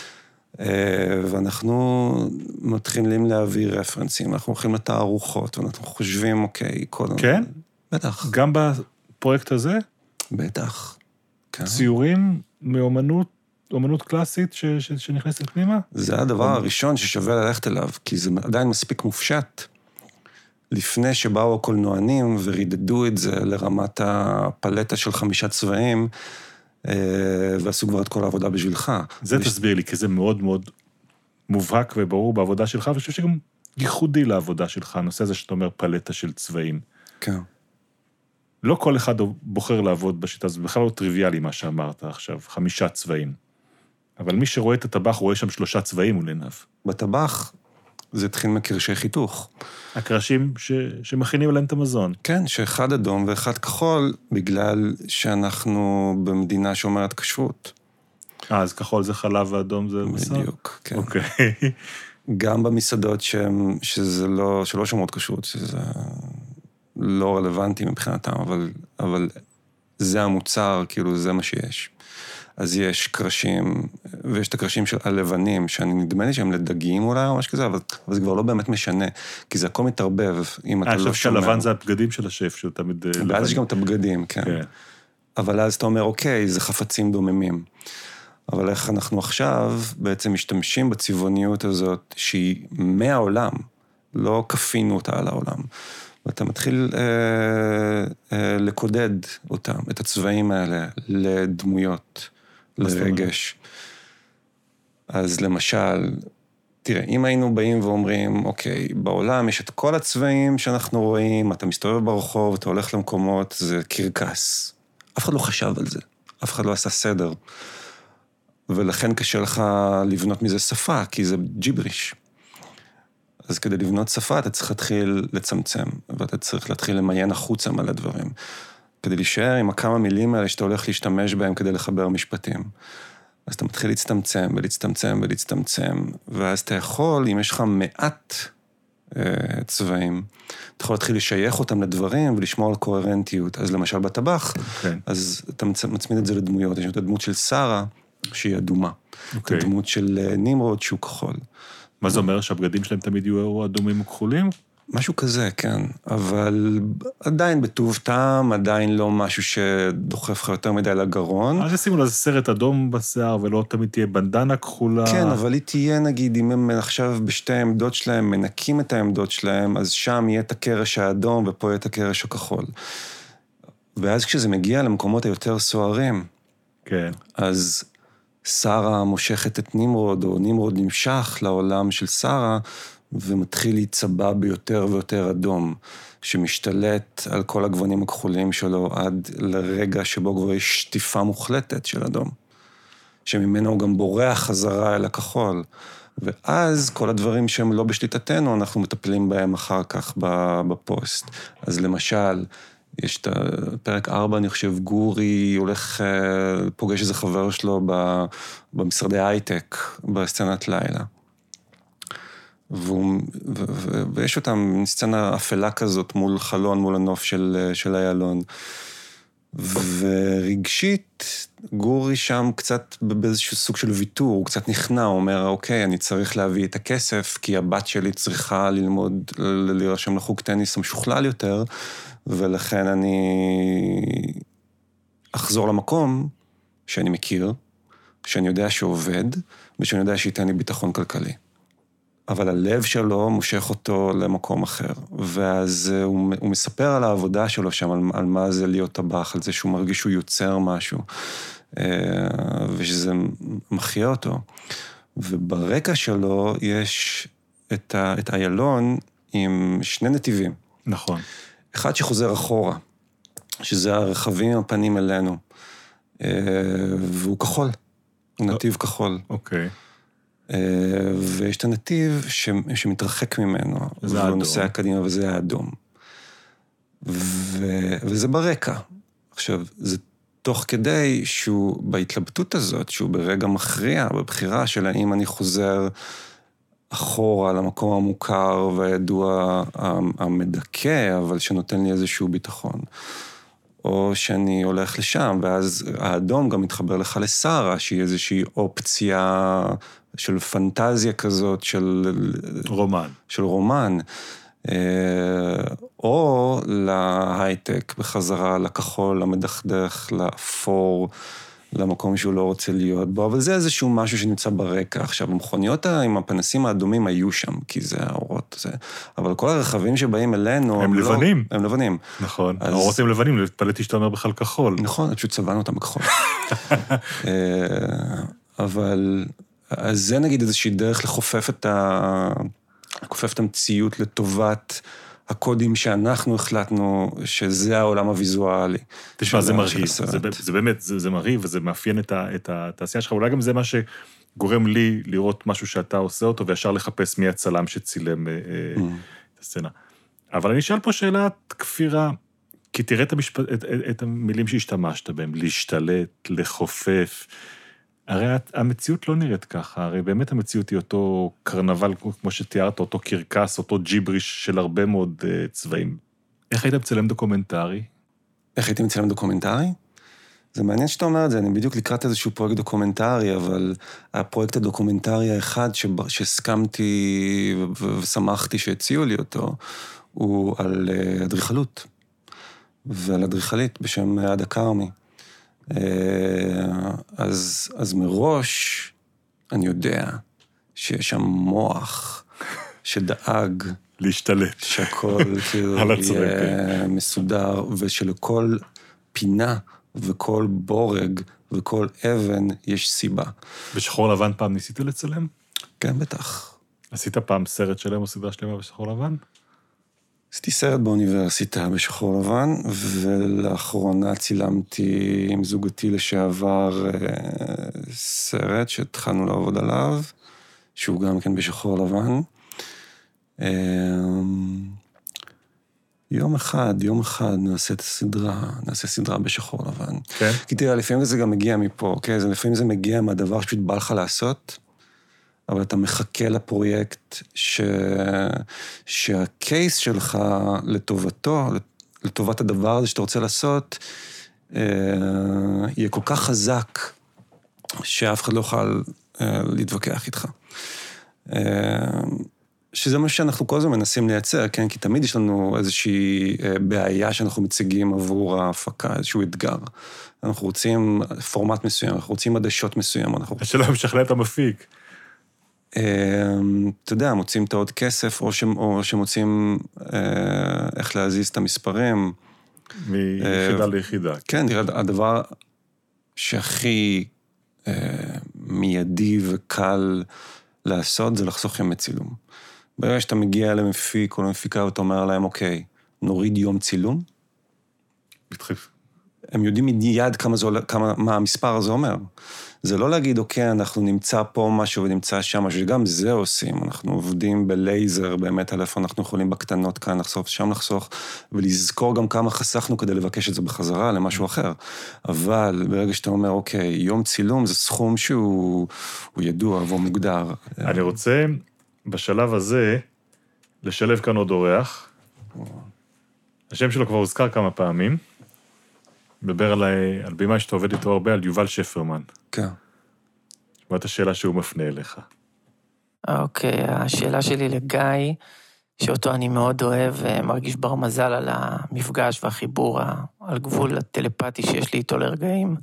ואנחנו מתחילים להביא רפרנסים, אנחנו הולכים לתערוכות, ואנחנו חושבים, אוקיי, קודם... כן? בטח. גם בפרויקט הזה? בטח. כן. ציורים מאומנות, אומנות קלאסית ש, ש, שנכנסת פנימה? זה הדבר הראשון ששווה ללכת אליו, כי זה עדיין מספיק מופשט. לפני שבאו הקולנוענים ורידדו את זה לרמת הפלטה של חמישה צבעים, ועשו כבר את כל העבודה בשבילך. זה תסביר לי, כי זה מאוד מאוד מובהק וברור בעבודה שלך, ואני חושב שגם ייחודי לעבודה שלך, הנושא הזה שאתה אומר פלטה של צבעים. כן. לא כל אחד בוחר לעבוד בשיטה, זה בכלל לא טריוויאלי מה שאמרת עכשיו, חמישה צבעים. אבל מי שרואה את הטבח רואה שם שלושה צבעים מול עיניו. בטבח זה התחיל מקרשי חיתוך. הקרשים ש... שמכינים עליהם את המזון. כן, שאחד אדום ואחד כחול, בגלל שאנחנו במדינה שאומרת כשרות. אה, אז כחול זה חלב ואדום זה בשר? בדיוק, כן. אוקיי. גם במסעדות שהם, שזה לא, שלא שומרות כשרות, שזה לא רלוונטי מבחינתם, אבל, אבל זה המוצר, כאילו זה מה שיש. אז יש קרשים, ויש את הקרשים של הלבנים, שאני נדמה לי שהם לדגים אולי או משהו כזה, אבל, אבל זה כבר לא באמת משנה, כי זה הכל מתערבב, אם אתה לא שומע. הלבן זה הבגדים של השף, שהוא תמיד לבן. ואז יש גם את הבגדים, כן. כן. אבל אז אתה אומר, אוקיי, זה חפצים דוממים. אבל איך אנחנו עכשיו בעצם משתמשים בצבעוניות הזאת, שהיא מהעולם, לא כפינו אותה על העולם. ואתה מתחיל אה, אה, לקודד אותם, את הצבעים האלה, לדמויות, לרגש. אז למשל, תראה, אם היינו באים ואומרים, אוקיי, בעולם יש את כל הצבעים שאנחנו רואים, אתה מסתובב ברחוב, אתה הולך למקומות, זה קרקס. אף אחד לא חשב על זה, אף אחד לא עשה סדר. ולכן קשה לך לבנות מזה שפה, כי זה ג'יבריש. אז כדי לבנות שפה, אתה צריך להתחיל לצמצם, ואתה צריך להתחיל למיין החוצה מלא דברים, כדי להישאר עם הכמה מילים האלה שאתה הולך להשתמש בהם כדי לחבר משפטים. אז אתה מתחיל להצטמצם ולהצטמצם ולהצטמצם, ואז אתה יכול, אם יש לך מעט אה, צבעים, אתה יכול להתחיל לשייך אותם לדברים ולשמור על קוהרנטיות. אז למשל בטבח, okay. אז אתה מצמיד את זה לדמויות. יש את הדמות של שרה, שהיא אדומה. Okay. את הדמות של נמרוד, שהוא כחול. מה זה אומר? שהבגדים שלהם תמיד יהיו אדומים וכחולים? משהו כזה, כן. אבל עדיין בטוב טעם, עדיין לא משהו שדוחף לך יותר מדי לגרון. אז ישימו לזה סרט אדום בשיער, ולא תמיד תהיה בנדנה כחולה. כן, אבל היא תהיה, נגיד, אם הם עכשיו בשתי העמדות שלהם, מנקים את העמדות שלהם, אז שם יהיה את הקרש האדום, ופה יהיה את הקרש הכחול. ואז כשזה מגיע למקומות היותר סוערים, כן. אז שרה מושכת את נמרוד, או נמרוד נמשך לעולם של שרה, ומתחיל להיצבע ביותר ויותר אדום, שמשתלט על כל הגוונים הכחולים שלו, עד לרגע שבו כבר יש שטיפה מוחלטת של אדום, שממנו הוא גם בורח חזרה אל הכחול. ואז כל הדברים שהם לא בשליטתנו, אנחנו מטפלים בהם אחר כך בפוסט. אז למשל, יש את פרק ארבע, אני חושב, גורי הולך, פוגש איזה חבר שלו במשרדי הייטק, בסצנת לילה. והוא, ו, ו, ויש אותם סצנה אפלה כזאת מול חלון, מול הנוף של, של איילון. ורגשית, גורי שם קצת באיזשהו סוג של ויתור, הוא קצת נכנע, הוא אומר, אוקיי, אני צריך להביא את הכסף, כי הבת שלי צריכה ללמוד, להירשם לחוג טניס המשוכלל יותר, ולכן אני אחזור למקום שאני מכיר, שאני יודע שעובד, ושאני יודע שייתן לי ביטחון כלכלי. אבל הלב שלו מושך אותו למקום אחר, ואז הוא, הוא מספר על העבודה שלו שם, על, על מה זה להיות טבח, על זה שהוא מרגיש שהוא יוצר משהו, ושזה מחיה אותו. וברקע שלו יש את, ה, את איילון עם שני נתיבים. נכון. אחד שחוזר אחורה, שזה הרכבים עם הפנים אלינו, והוא כחול, הוא נתיב כחול. אוקיי. ויש את הנתיב שמתרחק ממנו, והוא נוסע קדימה, וזה האדום. וזה ברקע. עכשיו, זה תוך כדי שהוא בהתלבטות הזאת, שהוא ברגע מכריע, בבחירה של האם אני חוזר אחורה למקום המוכר והידוע המדכא, אבל שנותן לי איזשהו ביטחון. או שאני הולך לשם, ואז האדום גם מתחבר לך לשרה, שהיא איזושהי אופציה של פנטזיה כזאת, של רומן. של רומן. או להייטק, בחזרה לכחול, למדכדך, לאפור, למקום שהוא לא רוצה להיות בו, אבל זה איזשהו משהו שנמצא ברקע. עכשיו, המכוניות עם הפנסים האדומים היו שם, כי זה האורות, זה... אבל כל הרכבים שבאים אלינו... הם, הם לבנים. לא, הם לבנים. נכון, אז... האורות הם לבנים, להתפלטי שאתה אומר בכלל כחול. נכון, פשוט צבענו אותם בכחול. אבל... אז זה נגיד איזושהי דרך לחופף את ה... לחופף את המציאות לטובת הקודים שאנחנו החלטנו שזה העולם הוויזואלי. תשמע, זה מרהיב, זה, זה באמת, זה, זה מרהיב, וזה מאפיין את, ה, את התעשייה שלך, אולי גם זה מה שגורם לי לראות משהו שאתה עושה אותו, וישר לחפש מי הצלם שצילם mm. את הסצנה. אבל אני אשאל פה שאלת כפירה, כי תראה את, המשפט, את, את, את המילים שהשתמשת בהם, להשתלט, לחופף, הרי המציאות לא נראית ככה, הרי באמת המציאות היא אותו קרנבל, כמו שתיארת, אותו קרקס, אותו ג'יבריש של הרבה מאוד uh, צבעים. איך היית מצלם דוקומנטרי? איך הייתי מצלם דוקומנטרי? זה מעניין שאתה אומר את זה, אני בדיוק לקראת איזשהו פרויקט דוקומנטרי, אבל הפרויקט הדוקומנטרי האחד שהסכמתי ושמחתי שהציעו לי אותו, הוא על אדריכלות, ועל אדריכלית בשם עדה כרמי. אז, אז מראש אני יודע שיש שם מוח שדאג להשתלט. שהכל כאילו יהיה מסודר, ושלכל פינה וכל בורג וכל אבן יש סיבה. בשחור לבן פעם ניסית לצלם? כן, בטח. עשית פעם סרט שלם או סדרה שלמה בשחור לבן? עשיתי סרט באוניברסיטה בשחור לבן, ולאחרונה צילמתי עם זוגתי לשעבר סרט שהתחלנו לעבוד עליו, שהוא גם כן בשחור לבן. יום אחד, יום אחד נעשה את הסדרה, נעשה סדרה בשחור לבן. כן. כי תראה, לפעמים זה גם מגיע מפה, אוקיי? לפעמים זה מגיע מהדבר שפשוט בא לך לעשות, אבל אתה מחכה לפרויקט ש... שהקייס שלך לטובתו, לטובת הדבר הזה שאתה רוצה לעשות, יהיה כל כך חזק, שאף אחד לא יוכל להתווכח איתך. שזה מה שאנחנו כל הזמן מנסים לייצר, כן? כי תמיד יש לנו איזושהי בעיה שאנחנו מציגים עבור ההפקה, איזשהו אתגר. אנחנו רוצים פורמט מסוים, אנחנו רוצים עדשות מסוים. אנחנו... השאלה משכנע את המפיק. אתה יודע, מוצאים את העוד כסף, או, ש... או שמוצאים איך להזיז את המספרים. מיחידה ליחידה. כן, תראה, הדבר שהכי מיידי וקל לעשות, זה לחסוך ימי צילום. ברגע שאתה מגיע למפיק או למפיקה, ואתה אומר להם, אוקיי, נוריד יום צילום. בדחיף. הם יודעים מיד כמה זה, כמה, מה המספר הזה אומר. זה לא להגיד, אוקיי, אנחנו נמצא פה משהו ונמצא שם, שגם זה עושים. אנחנו עובדים בלייזר, באמת, על איפה אנחנו יכולים בקטנות כאן לחסוך, שם לחסוך, ולזכור גם כמה חסכנו כדי לבקש את זה בחזרה למשהו אחר. אבל ברגע שאתה אומר, אוקיי, יום צילום זה סכום שהוא ידוע והוא מוגדר. אני רוצה בשלב הזה לשלב כאן עוד אורח. השם שלו כבר הוזכר כמה פעמים. מדבר על, על בימה שאתה עובד איתו הרבה, על יובל שפרמן. כן. מה את השאלה שהוא מפנה אליך? אוקיי, השאלה שלי לגיא, שאותו אני מאוד אוהב, מרגיש בר מזל על המפגש והחיבור, על גבול הטלפתי שיש לי איתו לרגעים.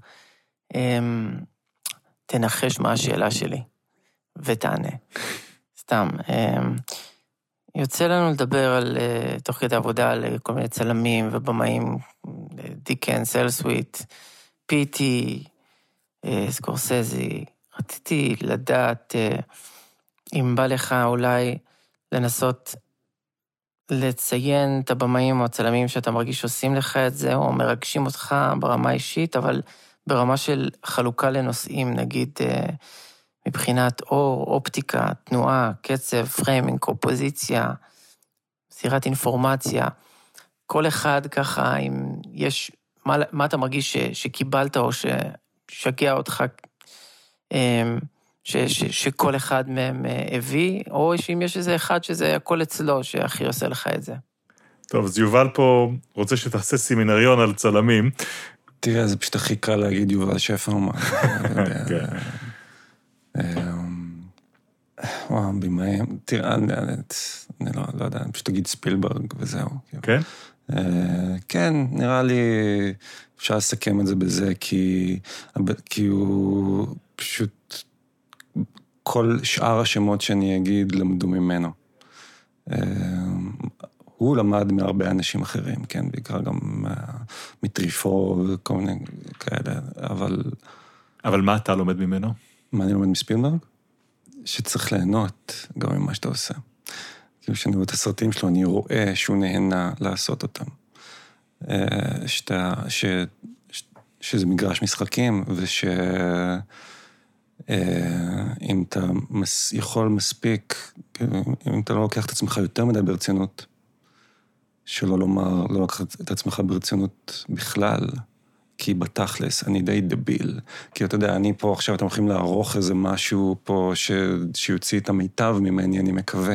תנחש מה השאלה שלי, ותענה. סתם. יוצא לנו לדבר על, תוך כדי עבודה, על כל מיני צלמים ובמאים, דיקן, סלסוויט, פיטי, סקורסזי. רציתי לדעת אם בא לך אולי לנסות לציין את הבמאים או הצלמים שאתה מרגיש שעושים לך את זה, או מרגשים אותך ברמה אישית, אבל ברמה של חלוקה לנושאים, נגיד מבחינת אור, אופטיקה, תנועה, קצב, פריימינג, קומפוזיציה, מסירת אינפורמציה. כל אחד ככה, אם יש, מה, מה אתה מרגיש ש, שקיבלת או ששגע אותך, ש, ש, שכל אחד מהם הביא, או שאם יש איזה אחד שזה הכל אצלו, שהכי עושה לך את זה. טוב, אז יובל פה רוצה שתעשה סמינריון על צלמים. תראה, זה פשוט הכי קל להגיד יובל שפרמן. כן. וואו, במאים, תראה, אני לא יודע, אני פשוט אגיד ספילברג וזהו. כן? כן, נראה לי אפשר לסכם את זה בזה, כי הוא פשוט, כל שאר השמות שאני אגיד למדו ממנו. הוא למד מהרבה אנשים אחרים, כן, בעיקר גם מטריפו וכל מיני כאלה, אבל... אבל מה אתה לומד ממנו? מה אני לומד מספילברג? שצריך ליהנות גם ממה שאתה עושה. כאילו שאני רואה את הסרטים שלו, אני רואה שהוא נהנה לעשות אותם. שאתה, ש, ש, שזה מגרש משחקים, וש... אם אתה מס, יכול מספיק, אם אתה לא לוקח את עצמך יותר מדי ברצינות, שלא לומר, לא לקחת את עצמך ברצינות בכלל, כי בתכלס, אני די דביל. כי אתה יודע, אני פה עכשיו, אתם הולכים לערוך איזה משהו פה ש... שיוציא את המיטב ממני, אני מקווה.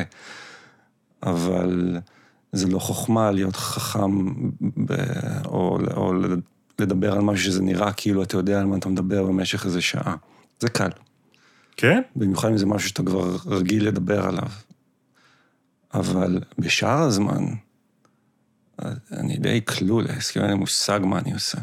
אבל זה לא חוכמה להיות חכם ב... או, או לדבר על משהו שזה נראה כאילו אתה יודע על מה אתה מדבר במשך איזה שעה. זה קל. כן? במיוחד אם זה משהו שאתה כבר רגיל לדבר עליו. אבל בשאר הזמן, אני די כלולס, כי אין לי מושג מה אני עושה.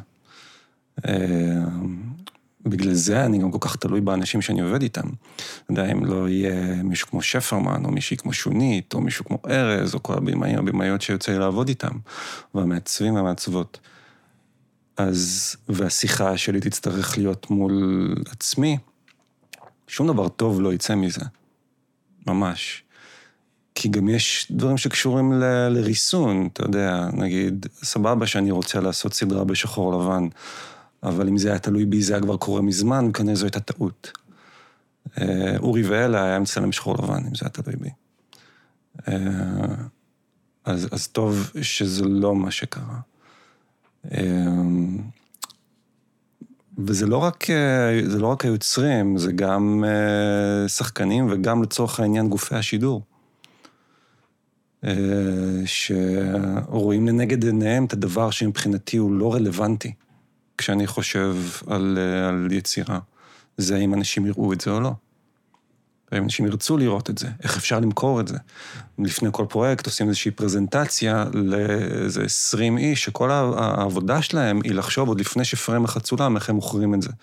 בגלל זה אני גם כל כך תלוי באנשים שאני עובד איתם. אתה יודע, אם לא יהיה מישהו כמו שפרמן, או מישהי כמו שונית, או מישהו כמו ארז, או כל הבימאים, הבימאיות שיוצא לי לעבוד איתם, והמעצבים והמעצבות. אז, והשיחה שלי תצטרך להיות מול עצמי, שום דבר טוב לא יצא מזה. ממש. כי גם יש דברים שקשורים ל- לריסון, אתה יודע, נגיד, סבבה שאני רוצה לעשות סדרה בשחור לבן, אבל אם זה היה תלוי בי, זה היה כבר קורה מזמן, וכנראה זו הייתה טעות. אורי ואלה היה מצלם בשחור לבן, אם זה היה תלוי בי. אז, אז טוב שזה לא מה שקרה. וזה לא רק, זה לא רק היוצרים, זה גם שחקנים, וגם לצורך העניין גופי השידור. שרואים לנגד עיניהם את הדבר שמבחינתי הוא לא רלוונטי, כשאני חושב על, על יצירה. זה אם אנשים יראו את זה או לא. אם אנשים ירצו לראות את זה, איך אפשר למכור את זה. לפני כל פרויקט עושים איזושהי פרזנטציה לאיזה עשרים איש, שכל העבודה שלהם היא לחשוב עוד לפני שפריים החצולם, איך הם מוכרים את זה.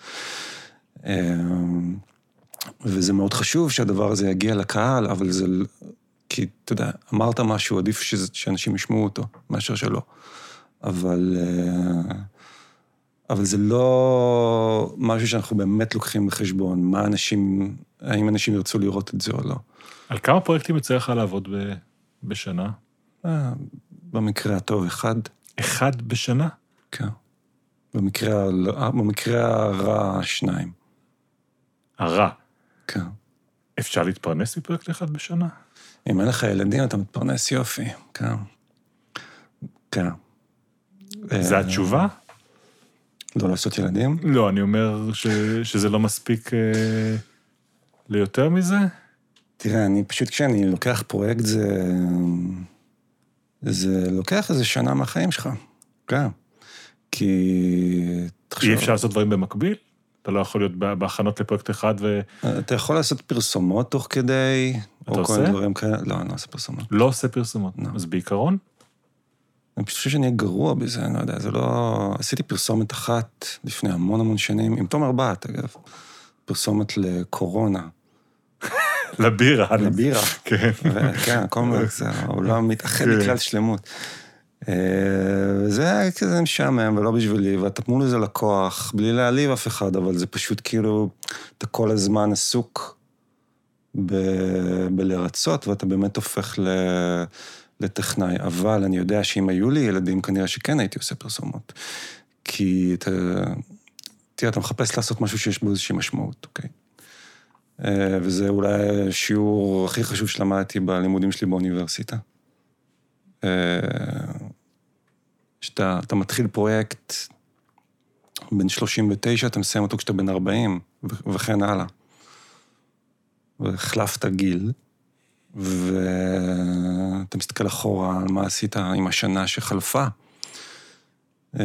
וזה מאוד חשוב שהדבר הזה יגיע לקהל, אבל זה... כי, אתה יודע, אמרת משהו, עדיף שאנשים ישמעו אותו, מאשר שלא. אבל, אבל זה לא משהו שאנחנו באמת לוקחים בחשבון, מה אנשים, האם אנשים ירצו לראות את זה או לא. על כמה פרויקטים יצא לך לעבוד ב, בשנה? במקרה הטוב, אחד. אחד בשנה? כן. במקרה, במקרה הרע, שניים. הרע? כן. אפשר להתפרנס מפרויקט אחד בשנה? אם אין לך ילדים, אתה מתפרנס יופי, כן. כן. זה התשובה? לא לעשות ילדים? לא, אני אומר ש... שזה לא מספיק אה... ליותר מזה. תראה, אני פשוט כשאני לוקח פרויקט, זה... זה לוקח איזה שנה מהחיים שלך. כן. כי... אי אפשר לעשות דברים במקביל? אתה לא יכול להיות בהכנות לפרויקט אחד ו... אתה יכול לעשות פרסומות תוך כדי... אתה עושה? דברים כאלה. לא, אני לא עושה פרסומות. לא עושה פרסומות. לא. אז בעיקרון? אני פשוט חושב שאני אהיה גרוע בזה, אני לא יודע, זה לא... עשיתי פרסומת אחת לפני המון המון שנים, עם תומר בת, אגב. פרסומת לקורונה. לבירה. לבירה. כן. כן, כל מיני, העולם מתאחד לכלל שלמות. וזה היה כזה משעמם, ולא בשבילי, ואתה תנו לזה לקוח, בלי להעליב אף אחד, אבל זה פשוט כאילו, אתה כל הזמן עסוק ב- בלרצות, ואתה באמת הופך ל... לטכנאי. אבל אני יודע שאם היו לי ילדים, כנראה שכן הייתי עושה פרסומות. כי אתה, תראה, אתה מחפש לעשות משהו שיש בו איזושהי משמעות, אוקיי? וזה אולי השיעור הכי חשוב שלמדתי בלימודים שלי באוניברסיטה. שאתה אתה מתחיל פרויקט בין שלושים ותשע, אתה מסיים אותו כשאתה בן ארבעים, וכן הלאה. והחלפת גיל, ואתה מסתכל אחורה על מה עשית עם השנה שחלפה. אז,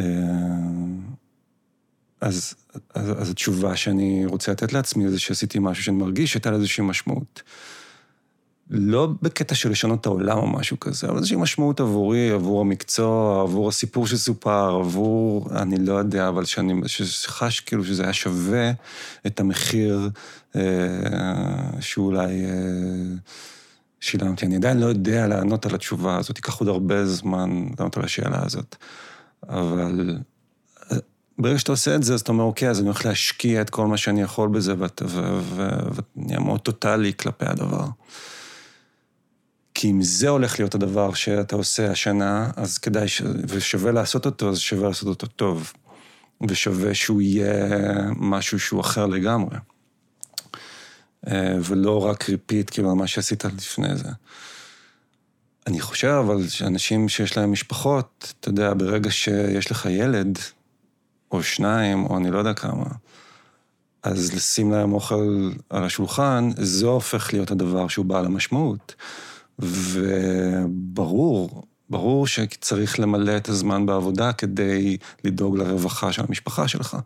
אז, אז התשובה שאני רוצה לתת לעצמי זה שעשיתי משהו שאני מרגיש שהייתה לאיזושהי משמעות. לא בקטע של לשנות את העולם או משהו כזה, אבל איזושהי משמעות עבורי, עבור המקצוע, עבור הסיפור שסופר, עבור, אני לא יודע, אבל שאני שחש כאילו שזה היה שווה את המחיר אה, שאולי אה, שילמתי. אני עדיין לא יודע לענות על התשובה הזאת, ייקח עוד הרבה זמן לענות על השאלה הזאת. אבל ברגע שאתה עושה את זה, אז אתה אומר, אוקיי, אז אני הולך להשקיע את כל מה שאני יכול בזה, ואני מאוד טוטלי כלפי הדבר. כי אם זה הולך להיות הדבר שאתה עושה השנה, אז כדאי, ש... ושווה לעשות אותו, אז שווה לעשות אותו טוב. ושווה שהוא יהיה משהו שהוא אחר לגמרי. ולא רק ריפיט, כאילו, מה שעשית לפני זה. אני חושב, אבל שאנשים שיש להם משפחות, אתה יודע, ברגע שיש לך ילד, או שניים, או אני לא יודע כמה, אז לשים להם אוכל על השולחן, זה הופך להיות הדבר שהוא בעל המשמעות. וברור ברור שצריך למלא את הזמן בעבודה כדי לדאוג לרווחה של המשפחה שלך.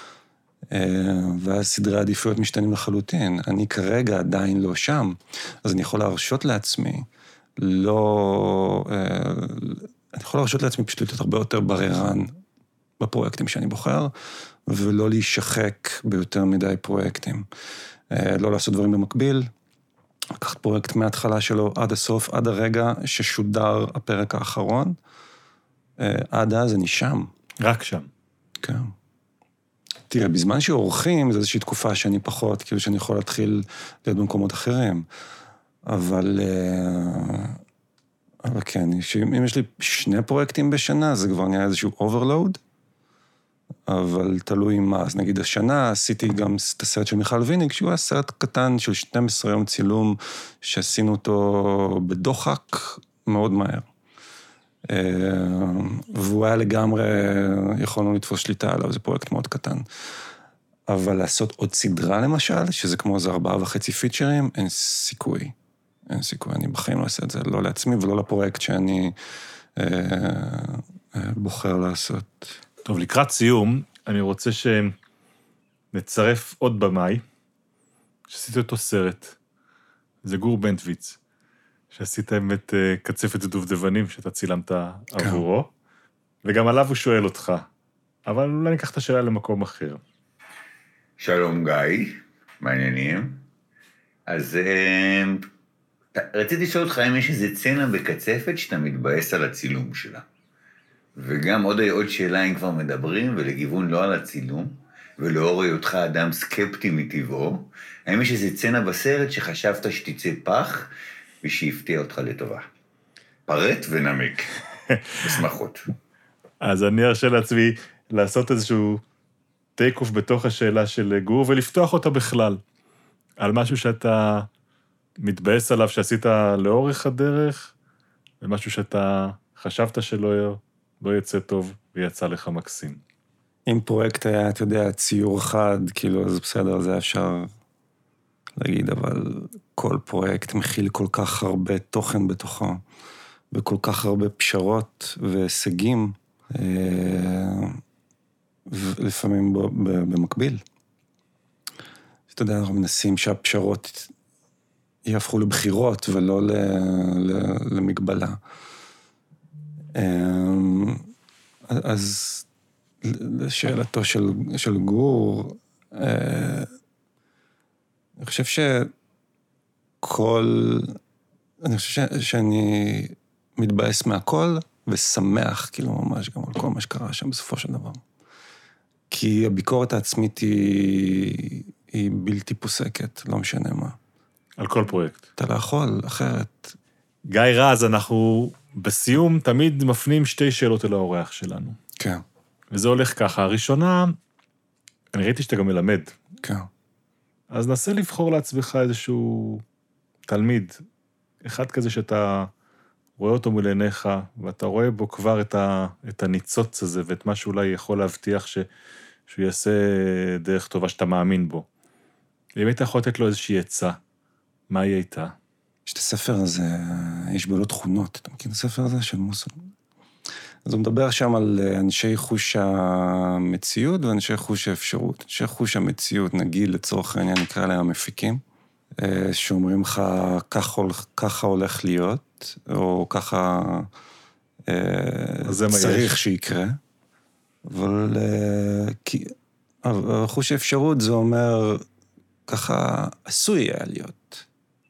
ואז סדרי העדיפויות משתנים לחלוטין. אני כרגע עדיין לא שם, אז אני יכול להרשות לעצמי, לא... אני יכול להרשות לעצמי פשוט להיות הרבה יותר בררן בפרויקטים שאני בוחר, ולא להישחק ביותר מדי פרויקטים. לא לעשות דברים במקביל, לקחת פרויקט מההתחלה שלו עד הסוף, עד הרגע ששודר הפרק האחרון, עד אז אני שם. רק שם. כן. תראה, בזמן שעורכים, זו איזושהי תקופה שאני פחות, כאילו שאני יכול להתחיל להיות במקומות אחרים. אבל, אבל כן, אם יש לי שני פרויקטים בשנה, זה כבר נהיה איזשהו overload, אבל תלוי מה. אז נגיד השנה עשיתי גם את הסרט של מיכל ויניג, שהוא היה סרט קטן של שנים עשר יום צילום, שעשינו אותו בדוחק מאוד מהר. והוא היה לגמרי, יכולנו לתפוס שליטה עליו, זה פרויקט מאוד קטן. אבל לעשות עוד סדרה למשל, שזה כמו זה ארבעה וחצי פיצ'רים, אין סיכוי. אין סיכוי, אני בחיים לא אעשה את זה, לא לעצמי ולא לפרויקט שאני אה, אה, בוחר לעשות. טוב, לקראת סיום, אני רוצה שנצרף עוד במאי, שעשיתי אותו סרט, זה גור בנטוויץ, שעשית באמת קצפת דובדבנים שאתה צילמת עבורו, וגם עליו הוא שואל אותך, אבל אולי ניקח את השאלה למקום אחר. שלום גיא, מעניינים. אז רציתי לשאול אותך אם יש איזה צנה בקצפת שאתה מתבאס על הצילום שלה. וגם עוד, עוד שאלה אם כבר מדברים, ולגיוון לא על הצילום, ולאור היותך אדם סקפטי מטבעו, האם יש איזה צנה בסרט שחשבת שתצא פח, ושהפתיע אותך לטובה? פרט ונמק, בשמחות. אז אני ארשה לעצמי לעשות איזשהו טייק-אוף בתוך השאלה של גור, ולפתוח אותה בכלל, על משהו שאתה מתבאס עליו שעשית לאורך הדרך, ומשהו שאתה חשבת שלא לא יצא טוב, ויצא לך מקסים. אם פרויקט היה, אתה יודע, ציור אחד, כאילו, אז בסדר, זה אפשר להגיד, אבל כל פרויקט מכיל כל כך הרבה תוכן בתוכו, וכל כך הרבה פשרות והישגים, ולפעמים במקביל. אתה יודע, אנחנו מנסים שהפשרות יהפכו לבחירות, ולא למגבלה. אז לשאלתו של, של גור, אני חושב שכל, אני חושב ש, שאני מתבאס מהכל, ושמח, כאילו ממש גם על כל מה שקרה שם בסופו של דבר. כי הביקורת העצמית היא, היא בלתי פוסקת, לא משנה מה. על כל פרויקט. אתה לא יכול, אחרת. גיא רז, אנחנו בסיום תמיד מפנים שתי שאלות אל האורח שלנו. כן. וזה הולך ככה. הראשונה, אני ראיתי שאתה גם מלמד. כן. אז נסה לבחור לעצמך איזשהו תלמיד, אחד כזה שאתה רואה אותו מול עיניך, ואתה רואה בו כבר את, ה, את הניצוץ הזה, ואת מה שאולי יכול להבטיח ש, שהוא יעשה דרך טובה שאתה מאמין בו. אם היית יכול לתת לו איזושהי עצה, מה היא הייתה? יש את הספר הזה, יש בו לא תכונות, אתה מכיר את הספר הזה של מוסר? אז הוא מדבר שם על אנשי חוש המציאות ואנשי חוש האפשרות. אנשי חוש המציאות, נגיד לצורך העניין נקרא להם המפיקים, שאומרים לך ככה, ככה הולך להיות, או ככה צריך שיקרה. אבל כי, חוש האפשרות זה אומר ככה עשוי היה להיות.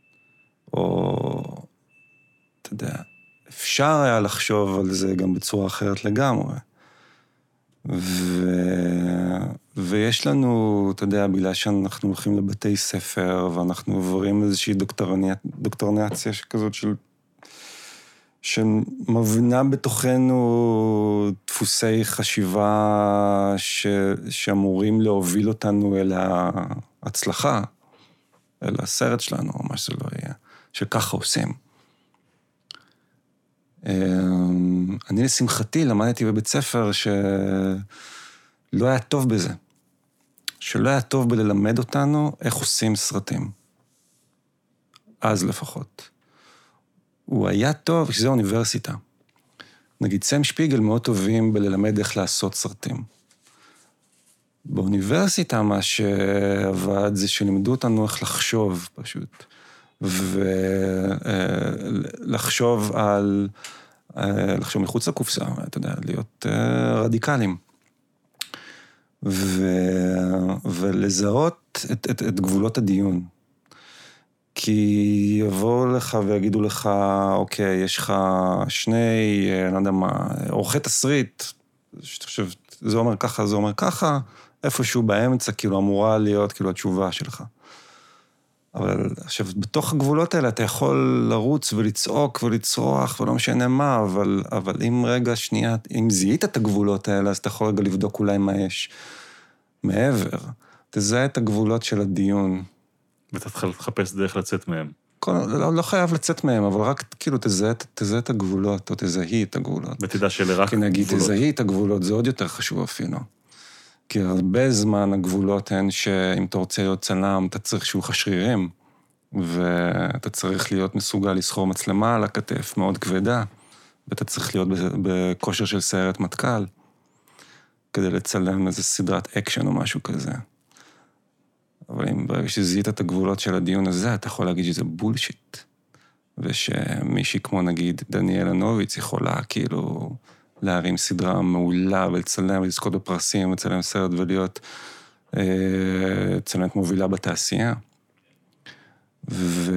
או, אתה יודע, אפשר היה לחשוב על זה גם בצורה אחרת לגמרי. ו... ויש לנו, אתה יודע, בגלל שאנחנו הולכים לבתי ספר, ואנחנו עוברים איזושהי דוקטורניה... דוקטורנציה כזאת של... שמבנה בתוכנו דפוסי חשיבה ש... שאמורים להוביל אותנו אל ההצלחה, אל הסרט שלנו, או מה שזה לא יהיה, שככה עושים. אני לשמחתי למדתי בבית ספר שלא היה טוב בזה. שלא היה טוב בללמד אותנו איך עושים סרטים. אז לפחות. הוא היה טוב, שזה אוניברסיטה. נגיד, סם שפיגל מאוד טובים בללמד איך לעשות סרטים. באוניברסיטה מה שעבד זה שלימדו אותנו איך לחשוב פשוט, ולחשוב על, לחשוב מחוץ לקופסה, אתה יודע, להיות רדיקליים. ו... ולזהות את, את, את גבולות הדיון. כי יבואו לך ויגידו לך, אוקיי, יש לך שני, אני לא יודע מה, עורכי תסריט, שאתה חושב, זה אומר ככה, זה אומר ככה, איפשהו באמצע, כאילו, אמורה להיות, כאילו, התשובה שלך. אבל, עכשיו, בתוך הגבולות האלה, אתה יכול לרוץ ולצעוק ולצרוח, ולא משנה מה, אבל, אבל אם רגע, שנייה, אם זיהית את הגבולות האלה, אז אתה יכול רגע לבדוק אולי מה יש מעבר. תזהה את הגבולות של הדיון. ואתה תתחיל לחפש דרך לצאת מהם. כל, לא, לא חייב לצאת מהם, אבל רק, כאילו, תזהה, תזהה את הגבולות, או תזהי את הגבולות. ותדע שאלה רק כי נגיד, גבולות. תזהי את הגבולות, זה עוד יותר חשוב אפילו. כי הרבה זמן הגבולות הן שאם אתה רוצה להיות צלם, אתה צריך שיהיו לך שרירים, ואתה צריך להיות מסוגל לסחור מצלמה על הכתף מאוד כבדה, ואתה צריך להיות בכושר של סיירת מטכ"ל, כדי לצלם איזו סדרת אקשן או משהו כזה. אבל אם ברגע שזיהית את הגבולות של הדיון הזה, אתה יכול להגיד שזה בולשיט, ושמישהי כמו נגיד דניאל אנוביץ יכולה כאילו להרים סדרה מעולה ולצלם ולזכות בפרסים ולצלם סרט ולהיות אה, צלמת מובילה בתעשייה. ו...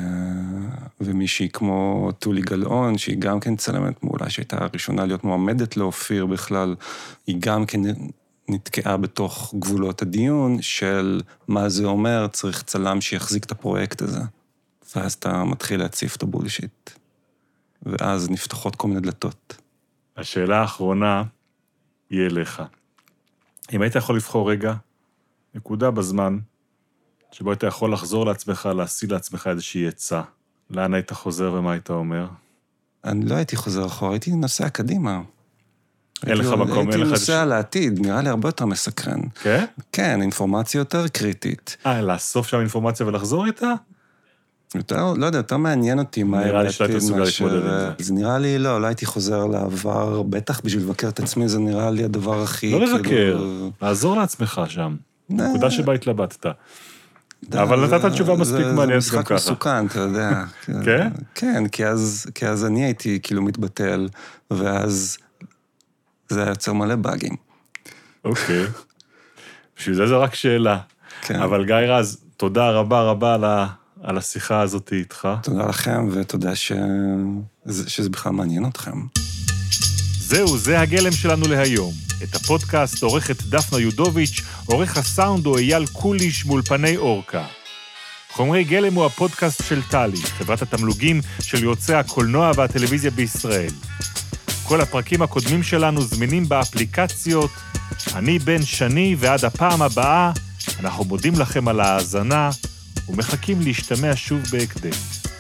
ומישהי כמו טולי גלאון, שהיא גם כן צלמת מעולה, שהייתה הראשונה להיות מועמדת להופיר בכלל, היא גם כן נתקעה בתוך גבולות הדיון של מה זה אומר, צריך צלם שיחזיק את הפרויקט הזה. ואז אתה מתחיל להציף את הבולשיט. ואז נפתחות כל מיני דלתות. השאלה האחרונה היא אליך. אם היית יכול לבחור רגע, נקודה בזמן, שבו היית יכול לחזור לעצמך, להשיא לעצמך איזושהי עצה, לאן היית חוזר ומה היית אומר? אני לא הייתי חוזר אחורה, הייתי נוסע קדימה. אין לך מקום, אין לך... הייתי נוסע לעתיד, נראה לי הרבה יותר מסקרן. כן? כן, אינפורמציה יותר קריטית. אה, לאסוף שם אינפורמציה ולחזור איתה? יותר, לא יודע, יותר מעניין אותי מה... נראה לי שאתה מסוגל להתמודד עם זה. זה נראה לי, לא, לא הייתי חוזר לעבר, בטח בשביל לבקר את עצמי, זה נראה לי הדבר הכי... לא לבקר, לעזור לעצמך שם. נקודה שבה התלבטת. אבל נתת תשובה מספיק מעניינת גם ככה. זה משחק מסוכן, אתה יודע. כן? כן, כי אז אני הייתי כאילו מתבטל, ואז זה היה יוצר מלא באגים. אוקיי. בשביל זה זה רק שאלה. אבל גיא רז, תודה רבה רבה על ה... על השיחה הזאת איתך. תודה לכם, ותודה ש... שזה בכלל מעניין אתכם. זהו, זה הגלם שלנו להיום. את הפודקאסט עורכת דפנה יודוביץ', עורך הסאונד הוא אייל קוליש מול פני אורקה. חומרי גלם הוא הפודקאסט של טלי, חברת התמלוגים של יוצאי הקולנוע והטלוויזיה בישראל. כל הפרקים הקודמים שלנו זמינים באפליקציות. אני בן שני, ועד הפעם הבאה, אנחנו מודים לכם על ההאזנה, ומחכים להשתמע שוב בהקדם.